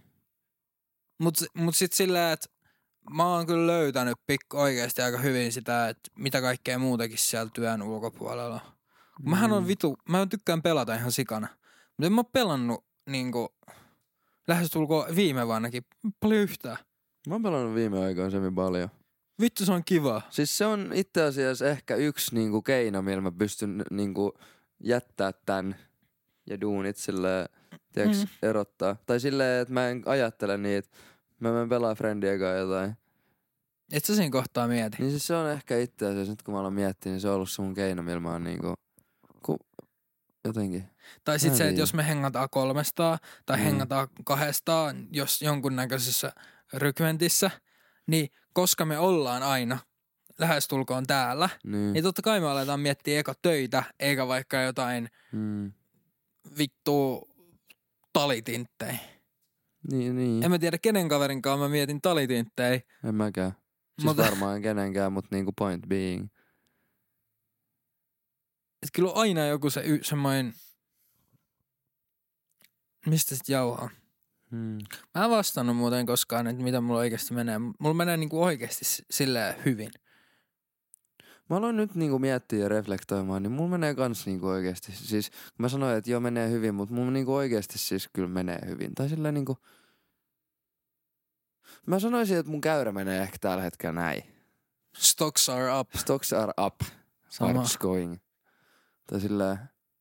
Speaker 3: Mut, mut sit sillä, että mä oon kyllä löytänyt pikku oikeesti aika hyvin sitä, että mitä kaikkea muutakin siellä työn ulkopuolella on. Mm. Mähän on vitu, mä tykkään pelata ihan sikana. Mutta en mä oon pelannut niinku lähestulkoon viime vuonnakin paljon yhtään.
Speaker 1: Mä oon pelannut viime aikoina semmin paljon.
Speaker 3: Vittu se on kiva.
Speaker 1: Siis se on itse asiassa ehkä yksi niinku keino, millä mä pystyn niinku jättää tän ja duunit silleen, tiiäks,
Speaker 3: Mm.
Speaker 1: erottaa. Tai silleen, että mä en ajattele niitä. Mä menen pelaa friendien kanssa jotain.
Speaker 3: Et sä siinä kohtaa mieti.
Speaker 1: Niin siis se on ehkä itse asiassa, nyt kun mä aloin miettiä, niin se on ollut se mun keino, millä mä oon niinku, ku, jotenkin.
Speaker 3: Tai
Speaker 1: Mä
Speaker 3: sit
Speaker 1: en
Speaker 3: se, että
Speaker 1: tiedä.
Speaker 3: jos me hengataan kolmestaan tai
Speaker 1: Mm.
Speaker 3: hengataan kahdestaan, jos jonkunnäköisessä rykmentissä, niin koska me ollaan aina lähestulkoon täällä,
Speaker 1: Niin.
Speaker 3: niin totta kai me aletaan miettiä eka töitä, eikä vaikka jotain
Speaker 1: Mm.
Speaker 3: vittu talitinttejä.
Speaker 1: Niin, niin.
Speaker 3: En mä tiedä kenen kaverinkaan mä mietin talitinttejä.
Speaker 1: En mäkään. Siis
Speaker 3: Mutta-
Speaker 1: varmaan kenenkään, mutta niinku point being.
Speaker 3: Et kyllä on aina joku se y- semmoinen, mistä sit jauhaa.
Speaker 1: Hmm.
Speaker 3: Mä en vastannut muuten koskaan, että mitä mulla oikeasti menee. Mulla menee niinku oikeasti s- silleen hyvin.
Speaker 1: Mä aloin nyt niinku miettiä ja reflektoimaan, niin mulla menee kans niinku oikeesti. Siis kun mä sanoin, että joo menee hyvin, mutta mulla niinku oikeesti siis kyllä menee hyvin. Tai silleen niinku... Mä sanoisin, että mun käyrä menee ehkä tällä hetkellä näin.
Speaker 3: Stocks are up.
Speaker 1: Stocks are up.
Speaker 3: Sama.
Speaker 1: Arps going. Tai silleen...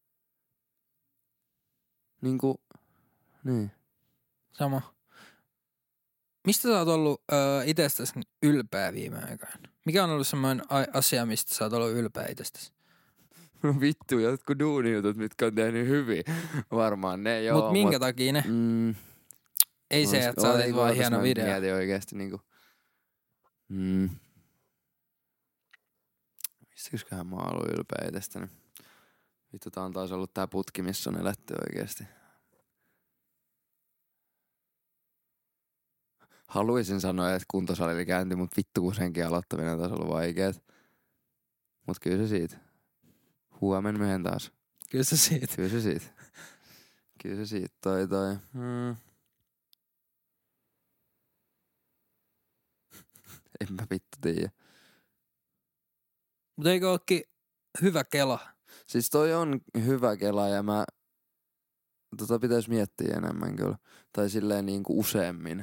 Speaker 1: Niinku... Niin.
Speaker 3: Sama. Mistä sä oot ollut öö, itsestäsi ylpeä viime aikoina? Mikä on ollut semmoinen a- asia, mistä sä oot ollut ylpeä itsestäsi?
Speaker 1: No vittu, jotkut duunijutut, mitkä on tehnyt hyvin. Varmaan ne joo.
Speaker 3: Mut minkä takia ne?
Speaker 1: Mm,
Speaker 3: Ei se, että sä otit vaan hieno video.
Speaker 1: Mietin oikeesti niinku... Mm. Mistäkösköhän mä oon ollut ylpeä itsestäni? Vittu, tää on taas ollut tää putki, missä on eletty oikeesti. Haluaisin sanoa, että kuntosalilla käynti, mut vittu kun senkin aloittaminen on taas ollut vaikeet. Mut kyllä se siitä. Huomen myöhen taas.
Speaker 3: Kyllä se siitä.
Speaker 1: Kyllä se siitä. Kyllä se siitä toi toi. Hmm. En mä vittu tiedä.
Speaker 3: Mutta eikö ookin hyvä kela?
Speaker 1: Siis toi on hyvä kela ja mä... Tota pitäis miettiä enemmän kyllä. Tai silleen niinku useammin.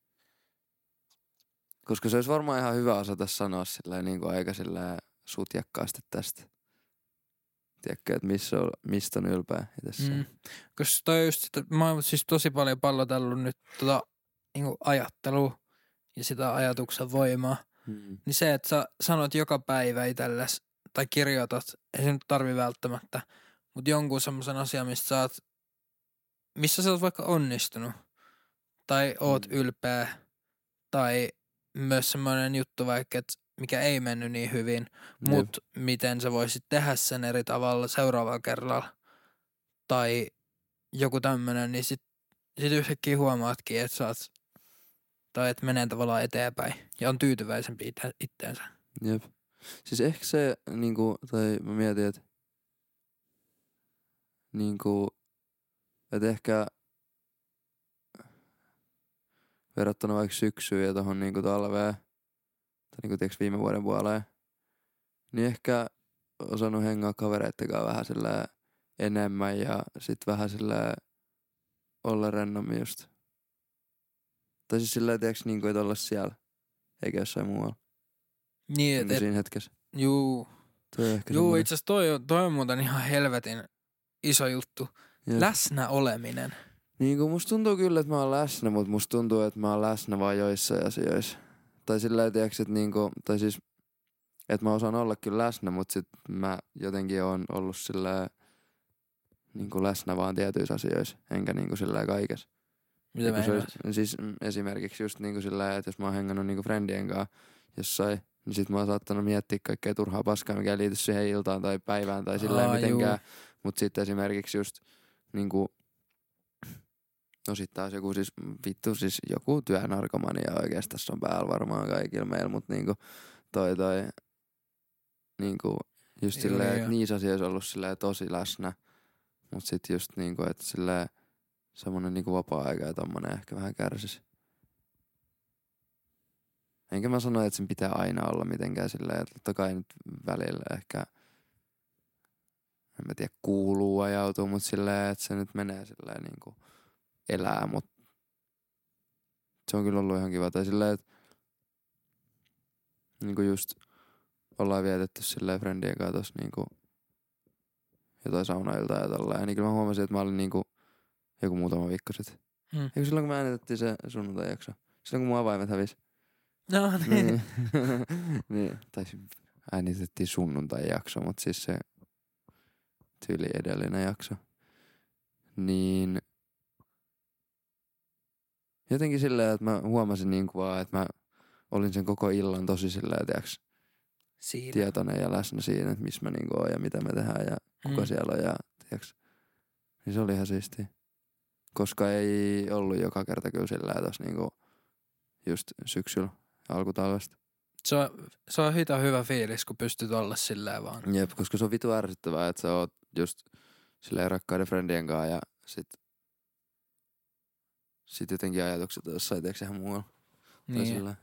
Speaker 1: Koska se olisi varmaan ihan hyvä osata sanoa silleen niinku aika silleen sutjakkaasti tästä. Tiedätkö, että missä on, mistä on ylpeä itsessään.
Speaker 3: Mm. Koska toi on just sitä, mä oon siis tosi paljon pallotellut nyt tota niinku ajattelua ja sitä ajatuksen voimaa.
Speaker 1: Mm.
Speaker 3: Niin se, että sä sanot joka päivä itsellesi tai kirjoitat, ei se nyt tarvi välttämättä, mutta jonkun semmoisen asian, mistä sä oot, missä sä oot vaikka onnistunut tai oot
Speaker 1: Mm.
Speaker 3: ylpeä tai myös semmoinen juttu vaikka, että mikä ei mennyt niin hyvin, mutta miten sä voisit tehdä sen eri tavalla seuraavalla kerralla tai joku tämmönen, niin sit, sit yhtäkkiä huomaatkin, että sä oot, tai että menee tavallaan eteenpäin ja on tyytyväisempi ite, itteensä.
Speaker 1: Jep. Siis ehkä se niinku, tai mä mietin, että niinku, että ehkä verrattuna vaikka syksyyn ja tohon niinku talveen, tai niinku tiiäks viime vuoden puoleen, niin ehkä osannut hengaa kavereitten kanssa vähän silleen enemmän ja sit vähän silleen olla rennommin just. Tai siis silleen tiiäks niinku, että olla siellä, eikä jossain muualla.
Speaker 3: Niin, et,
Speaker 1: Niin
Speaker 3: et,
Speaker 1: siinä hetkessä.
Speaker 3: juu,
Speaker 1: Toi on ehkä
Speaker 3: juu
Speaker 1: semmonen-
Speaker 3: itse asiassa toi, on- toi on muuten ihan helvetin iso juttu.
Speaker 1: Jep.
Speaker 3: Läsnä oleminen.
Speaker 1: Niin kuin musta tuntuu kyllä, että mä oon läsnä, mutta musta tuntuu, että mä oon läsnä vaan joissain asioissa. Tai sillä tiiäks, että niinku, tai siis, että mä osaan olla kyllä läsnä, mutta sit mä jotenkin oon ollut sillä niinku läsnä vaan tietyissä asioissa, enkä niinku sillä kaikessa.
Speaker 3: Mitä
Speaker 1: Ja kun se
Speaker 3: meinaat?
Speaker 1: olisi- siis mm, esimerkiksi just niinku sillä, että jos mä oon hengannut niinku friendien kanssa jossain, niin sit mä oon saattanut miettiä kaikkea turhaa paskaa, mikä ei liity siihen iltaan tai päivään tai sillä
Speaker 3: Aa,
Speaker 1: mitenkään. Mut sitten esimerkiksi just niinku, no sit taas joku siis, vittu siis joku työnarkomania oikeesti tässä on päällä varmaan kaikilla meillä, mut niinku toi toi, niinku just
Speaker 3: Joo,
Speaker 1: silleen,
Speaker 3: niin
Speaker 1: että
Speaker 3: jo.
Speaker 1: niissä asioissa ollut silleen tosi läsnä. Mut sit just niinku, että silleen semmonen niinku vapaa-aika ja tommonen ehkä vähän kärsis. Enkä mä sano, että sen pitää aina olla mitenkään silleen, että totta kai nyt välillä ehkä, en mä tiedä, kuuluu ajautuu, mut silleen, että se nyt menee silleen niinku elää, mut se on kyllä ollut ihan kiva. Tai silleen, että niinku just ollaan vietetty silleen friendien kanssa tossa niinku jotain saunailtaa ja tolleen. Niin kyllä mä huomasin, että mä olin niinku joku muutama viikko sit.
Speaker 3: Mm.
Speaker 1: Eikö silloin kun me äänitettiin se sunnuntai-jakso? Silloin kun mun avaimet hävisi.
Speaker 3: No niin.
Speaker 1: Niin. Niin. Tai siis äänitettiin sunnuntai-jakso, mutta siis se tyyli edellinen jakso. Niin jotenkin silleen, että mä huomasin niinku vaan, että mä olin sen koko illan tosi silleen, tiiäks,
Speaker 3: Siinä.
Speaker 1: tietoinen ja läsnä siinä, että missä mä niinku oon ja mitä me tehdään ja kuka
Speaker 3: Mm.
Speaker 1: siellä on ja tiiäks. Niin se oli ihan siistiä. Koska ei ollut joka kerta kyllä silleen tossa niinku just syksyllä alkutalvesta.
Speaker 3: Se on, se on hito hyvä fiilis, kun pystyt olla silleen vaan.
Speaker 1: Jep, koska se on vitu ärsyttävää, että sä oot just silleen rakkaiden friendien kanssa ja sit, sit jotenkin ajatukset on jossain tiiäks ihan muualla. Tai
Speaker 3: Niin.
Speaker 1: silleen.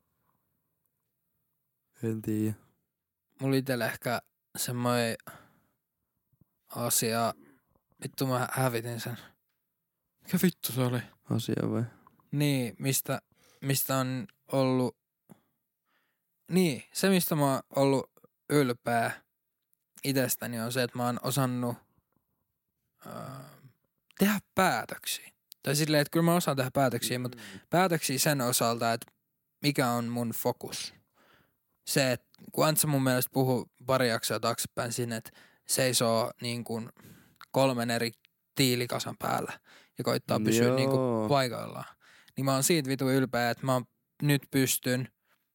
Speaker 1: En tiedä.
Speaker 3: Mulla itellä ehkä semmoinen asia, vittu mä hävitin sen. Mikä vittu se oli?
Speaker 1: Asia vai?
Speaker 3: Niin, mistä, mistä on ollut, niin, se mistä mä oon ollut ylpeä itsestäni on se, että mä oon osannut äh, tehdä päätöksiä. Tai silleen, että kyllä mä osaan tehdä päätöksiä, mutta päätöksiä sen osalta, että mikä on mun fokus. Se, että kun Antsa mun mielestä puhui pari jaksoa taaksepäin sinne, että seisoo niin kuin kolmen eri tiilikasan päällä ja koittaa pysyä
Speaker 1: Joo.
Speaker 3: niin kuin paikallaan. Niin mä oon siitä vitu ylpeä, että mä oon nyt pystyn,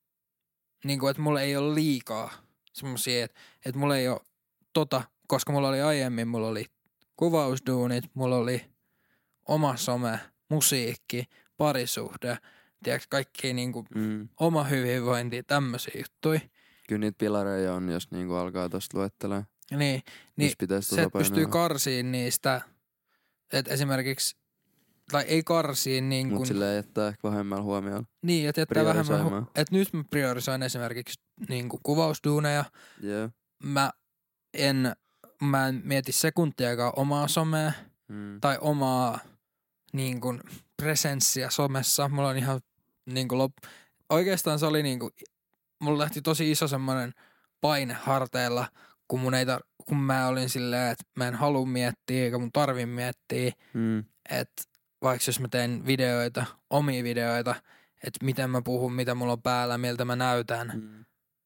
Speaker 3: niin kuin, että mulla ei ole liikaa semmosia, että, että mulla ei ole tota, koska mulla oli aiemmin, mulla oli kuvausduunit, mulla oli oma some, musiikki, parisuhde, tiedätkö, kaikki niinku
Speaker 1: Mm.
Speaker 3: oma hyvinvointi, tämmöisiä juttuja.
Speaker 1: Kyllä niitä pilareja on, jos niinku alkaa tosta luettelemaan.
Speaker 3: Niin, niin
Speaker 1: Missä pitäisi
Speaker 3: se
Speaker 1: tasapainoa.
Speaker 3: pystyy karsiin niistä, että esimerkiksi, tai ei karsiin niin
Speaker 1: Mut
Speaker 3: kuin,
Speaker 1: silleen jättää ehkä vähemmällä huomioon.
Speaker 3: niin, että jättää vähemmän,
Speaker 1: priorisoimaan.
Speaker 3: hu- että nyt mä priorisoin esimerkiksi niin kuin kuvausduuneja.
Speaker 1: Joo.
Speaker 3: Mä en, mä en mieti sekuntiakaan omaa somea
Speaker 1: Mm.
Speaker 3: tai omaa niin kuin presenssiä somessa. Mulla on ihan niin kuin lop... Oikeastaan se oli niin kuin, mulla lähti tosi iso semmoinen paine harteilla, kun mun ei tar- kun mä olin silleen, että mä en halua miettiä eikä mun tarvi miettiä,
Speaker 1: Mm.
Speaker 3: että vaikka jos mä teen videoita, omia videoita, että miten mä puhun, mitä mulla on päällä, miltä mä näytän,
Speaker 1: Mm.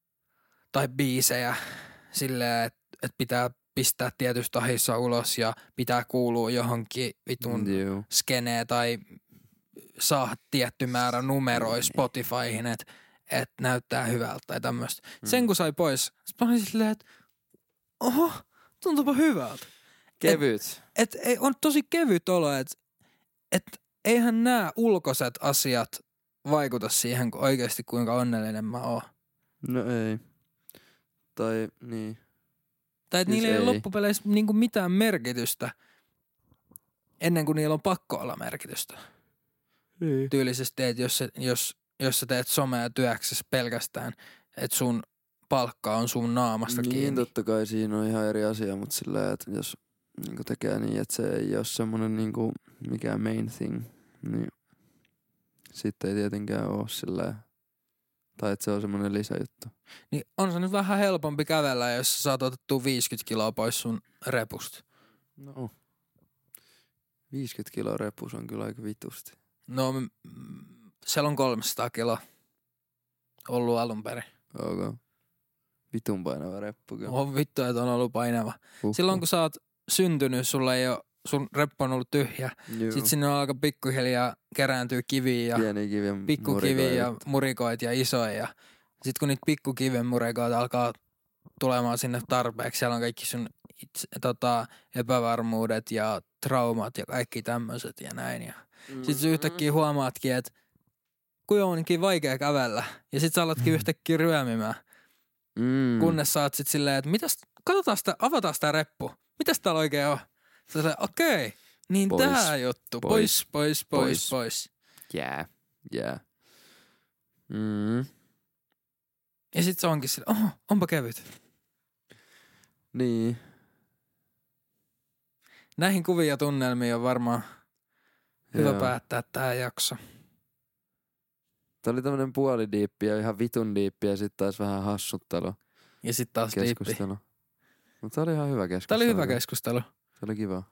Speaker 3: tai biisejä silleen, että et pitää pistää tietystä tahissa ulos ja pitää kuulua johonkin vitun
Speaker 1: Joo.
Speaker 3: skeneen tai saa tietty määrä numeroja Spotifyhin, että et näyttää hyvältä tai tämmöistä.
Speaker 1: Mm.
Speaker 3: Sen kun sai pois, sit mä olin silleen, että oho, tuntuupa hyvältä.
Speaker 1: Kevyt.
Speaker 3: Et ei, on tosi kevyt olo, että et eihän nämä ulkoiset asiat vaikuta siihen kun oikeasti kuinka onnellinen mä oon.
Speaker 1: No ei. Tai niin.
Speaker 3: Tai että
Speaker 1: Siis
Speaker 3: niillä ei ole
Speaker 1: ei.
Speaker 3: loppupeleissä niinku mitään merkitystä ennen kuin niillä on pakko olla merkitystä.
Speaker 1: Niin.
Speaker 3: Tyylisesti, että jos, se- jos, jos sä teet somea työksessä pelkästään, että sun palkka on sun naamasta
Speaker 1: Niin,
Speaker 3: kiinni.
Speaker 1: totta kai siinä on ihan eri asia, mutta sillä että jos niinku tekee niin, että se ei ole semmonen niinku mikään main thing, niin sitten ei tietenkään oo sillä Tai että se on semmoinen lisäjuttu.
Speaker 3: Niin on se nyt vähän helpompi kävellä, jos sä saat otettua viisikymmentä kiloa pois sun repusta.
Speaker 1: No. viisikymmentä kiloa repus on kyllä aika vitusti.
Speaker 3: No, mm, siellä on kolmesataa kiloa ollut alun perin.
Speaker 1: Ok. Vitun painava reppu kyllä.
Speaker 3: On vittu, että on ollut painava.
Speaker 1: Huhhuh.
Speaker 3: Silloin kun sä oot syntynyt, sulla ei ole, sun reppu on ollut tyhjä.
Speaker 1: Juu.
Speaker 3: Sitten sinne on aika pikkuhiljaa kerääntyy kiviä ja
Speaker 1: Pieniä kiviä
Speaker 3: pikkukiviä ja
Speaker 1: murikoita.
Speaker 3: murikoit ja isoja. Ja sitten kun niitä pikkukiven murikoita alkaa tulemaan sinne tarpeeksi, siellä on kaikki sun itse, tota, epävarmuudet ja traumat ja kaikki tämmöiset ja näin. Ja sitten sä yhtäkkiä huomaatkin, että kuinka onkin vaikea kävellä. Ja sit sä alatkin yhtäkkiä ryömimään.
Speaker 1: Mm.
Speaker 3: Kunnes sä oot sit silleen, että mitäs, katsotaan sitä, avataan sitä reppu. Mitäs täällä oikein on? Sä silleen, okei, okay, niin
Speaker 1: Pois.
Speaker 3: tää juttu. Pois, pois, pois,
Speaker 1: Pois.
Speaker 3: pois. pois.
Speaker 1: Jää. Jää. Mm.
Speaker 3: Ja sit se onkin silleen, oho, onpa kevyt.
Speaker 1: Niin.
Speaker 3: Näihin kuviin ja tunnelmiin on varmaan hyvä
Speaker 1: Joo.
Speaker 3: päättää tää jakso.
Speaker 1: Tää oli tämmönen puolidiippi ja ihan vitun diippi ja sit taas vähän hassuttelu.
Speaker 3: Ja sit taas diippi.
Speaker 1: Keskustelu. Mutta tää oli ihan hyvä keskustelu.
Speaker 3: Tää oli hyvä keskustelu.
Speaker 1: Tää oli kiva.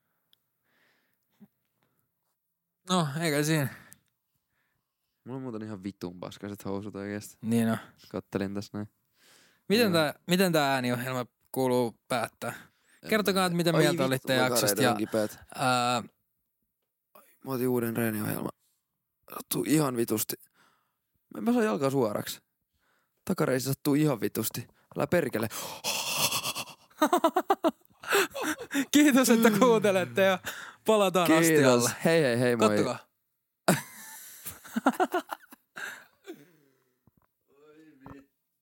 Speaker 3: No, eikä siinä.
Speaker 1: Mulla on muuten ihan vitun paskaiset housut oikeesti.
Speaker 3: Niin on.
Speaker 1: Kattelin tässä näin.
Speaker 3: Miten
Speaker 1: Joo.
Speaker 3: tää, miten tää ääniohjelma kuuluu päättää? Kertokaa, että mitä
Speaker 1: Ai
Speaker 3: mieltä
Speaker 1: vittu,
Speaker 3: olitte
Speaker 1: mun
Speaker 3: jaksosta.
Speaker 1: kareiden
Speaker 3: Ja,
Speaker 1: on kipeät.
Speaker 3: ää,
Speaker 1: Mä otin uuden reeniohjelman. Sattuu ihan vitusti. Mä en mä saa jalkaa suoraksi. Takareisi sattuu ihan vitusti. Älä perkele.
Speaker 3: kiitos, että kuuntelette ja palataan astialle.
Speaker 1: Kiitos. Hei hei hei moi.
Speaker 3: Kattokaa.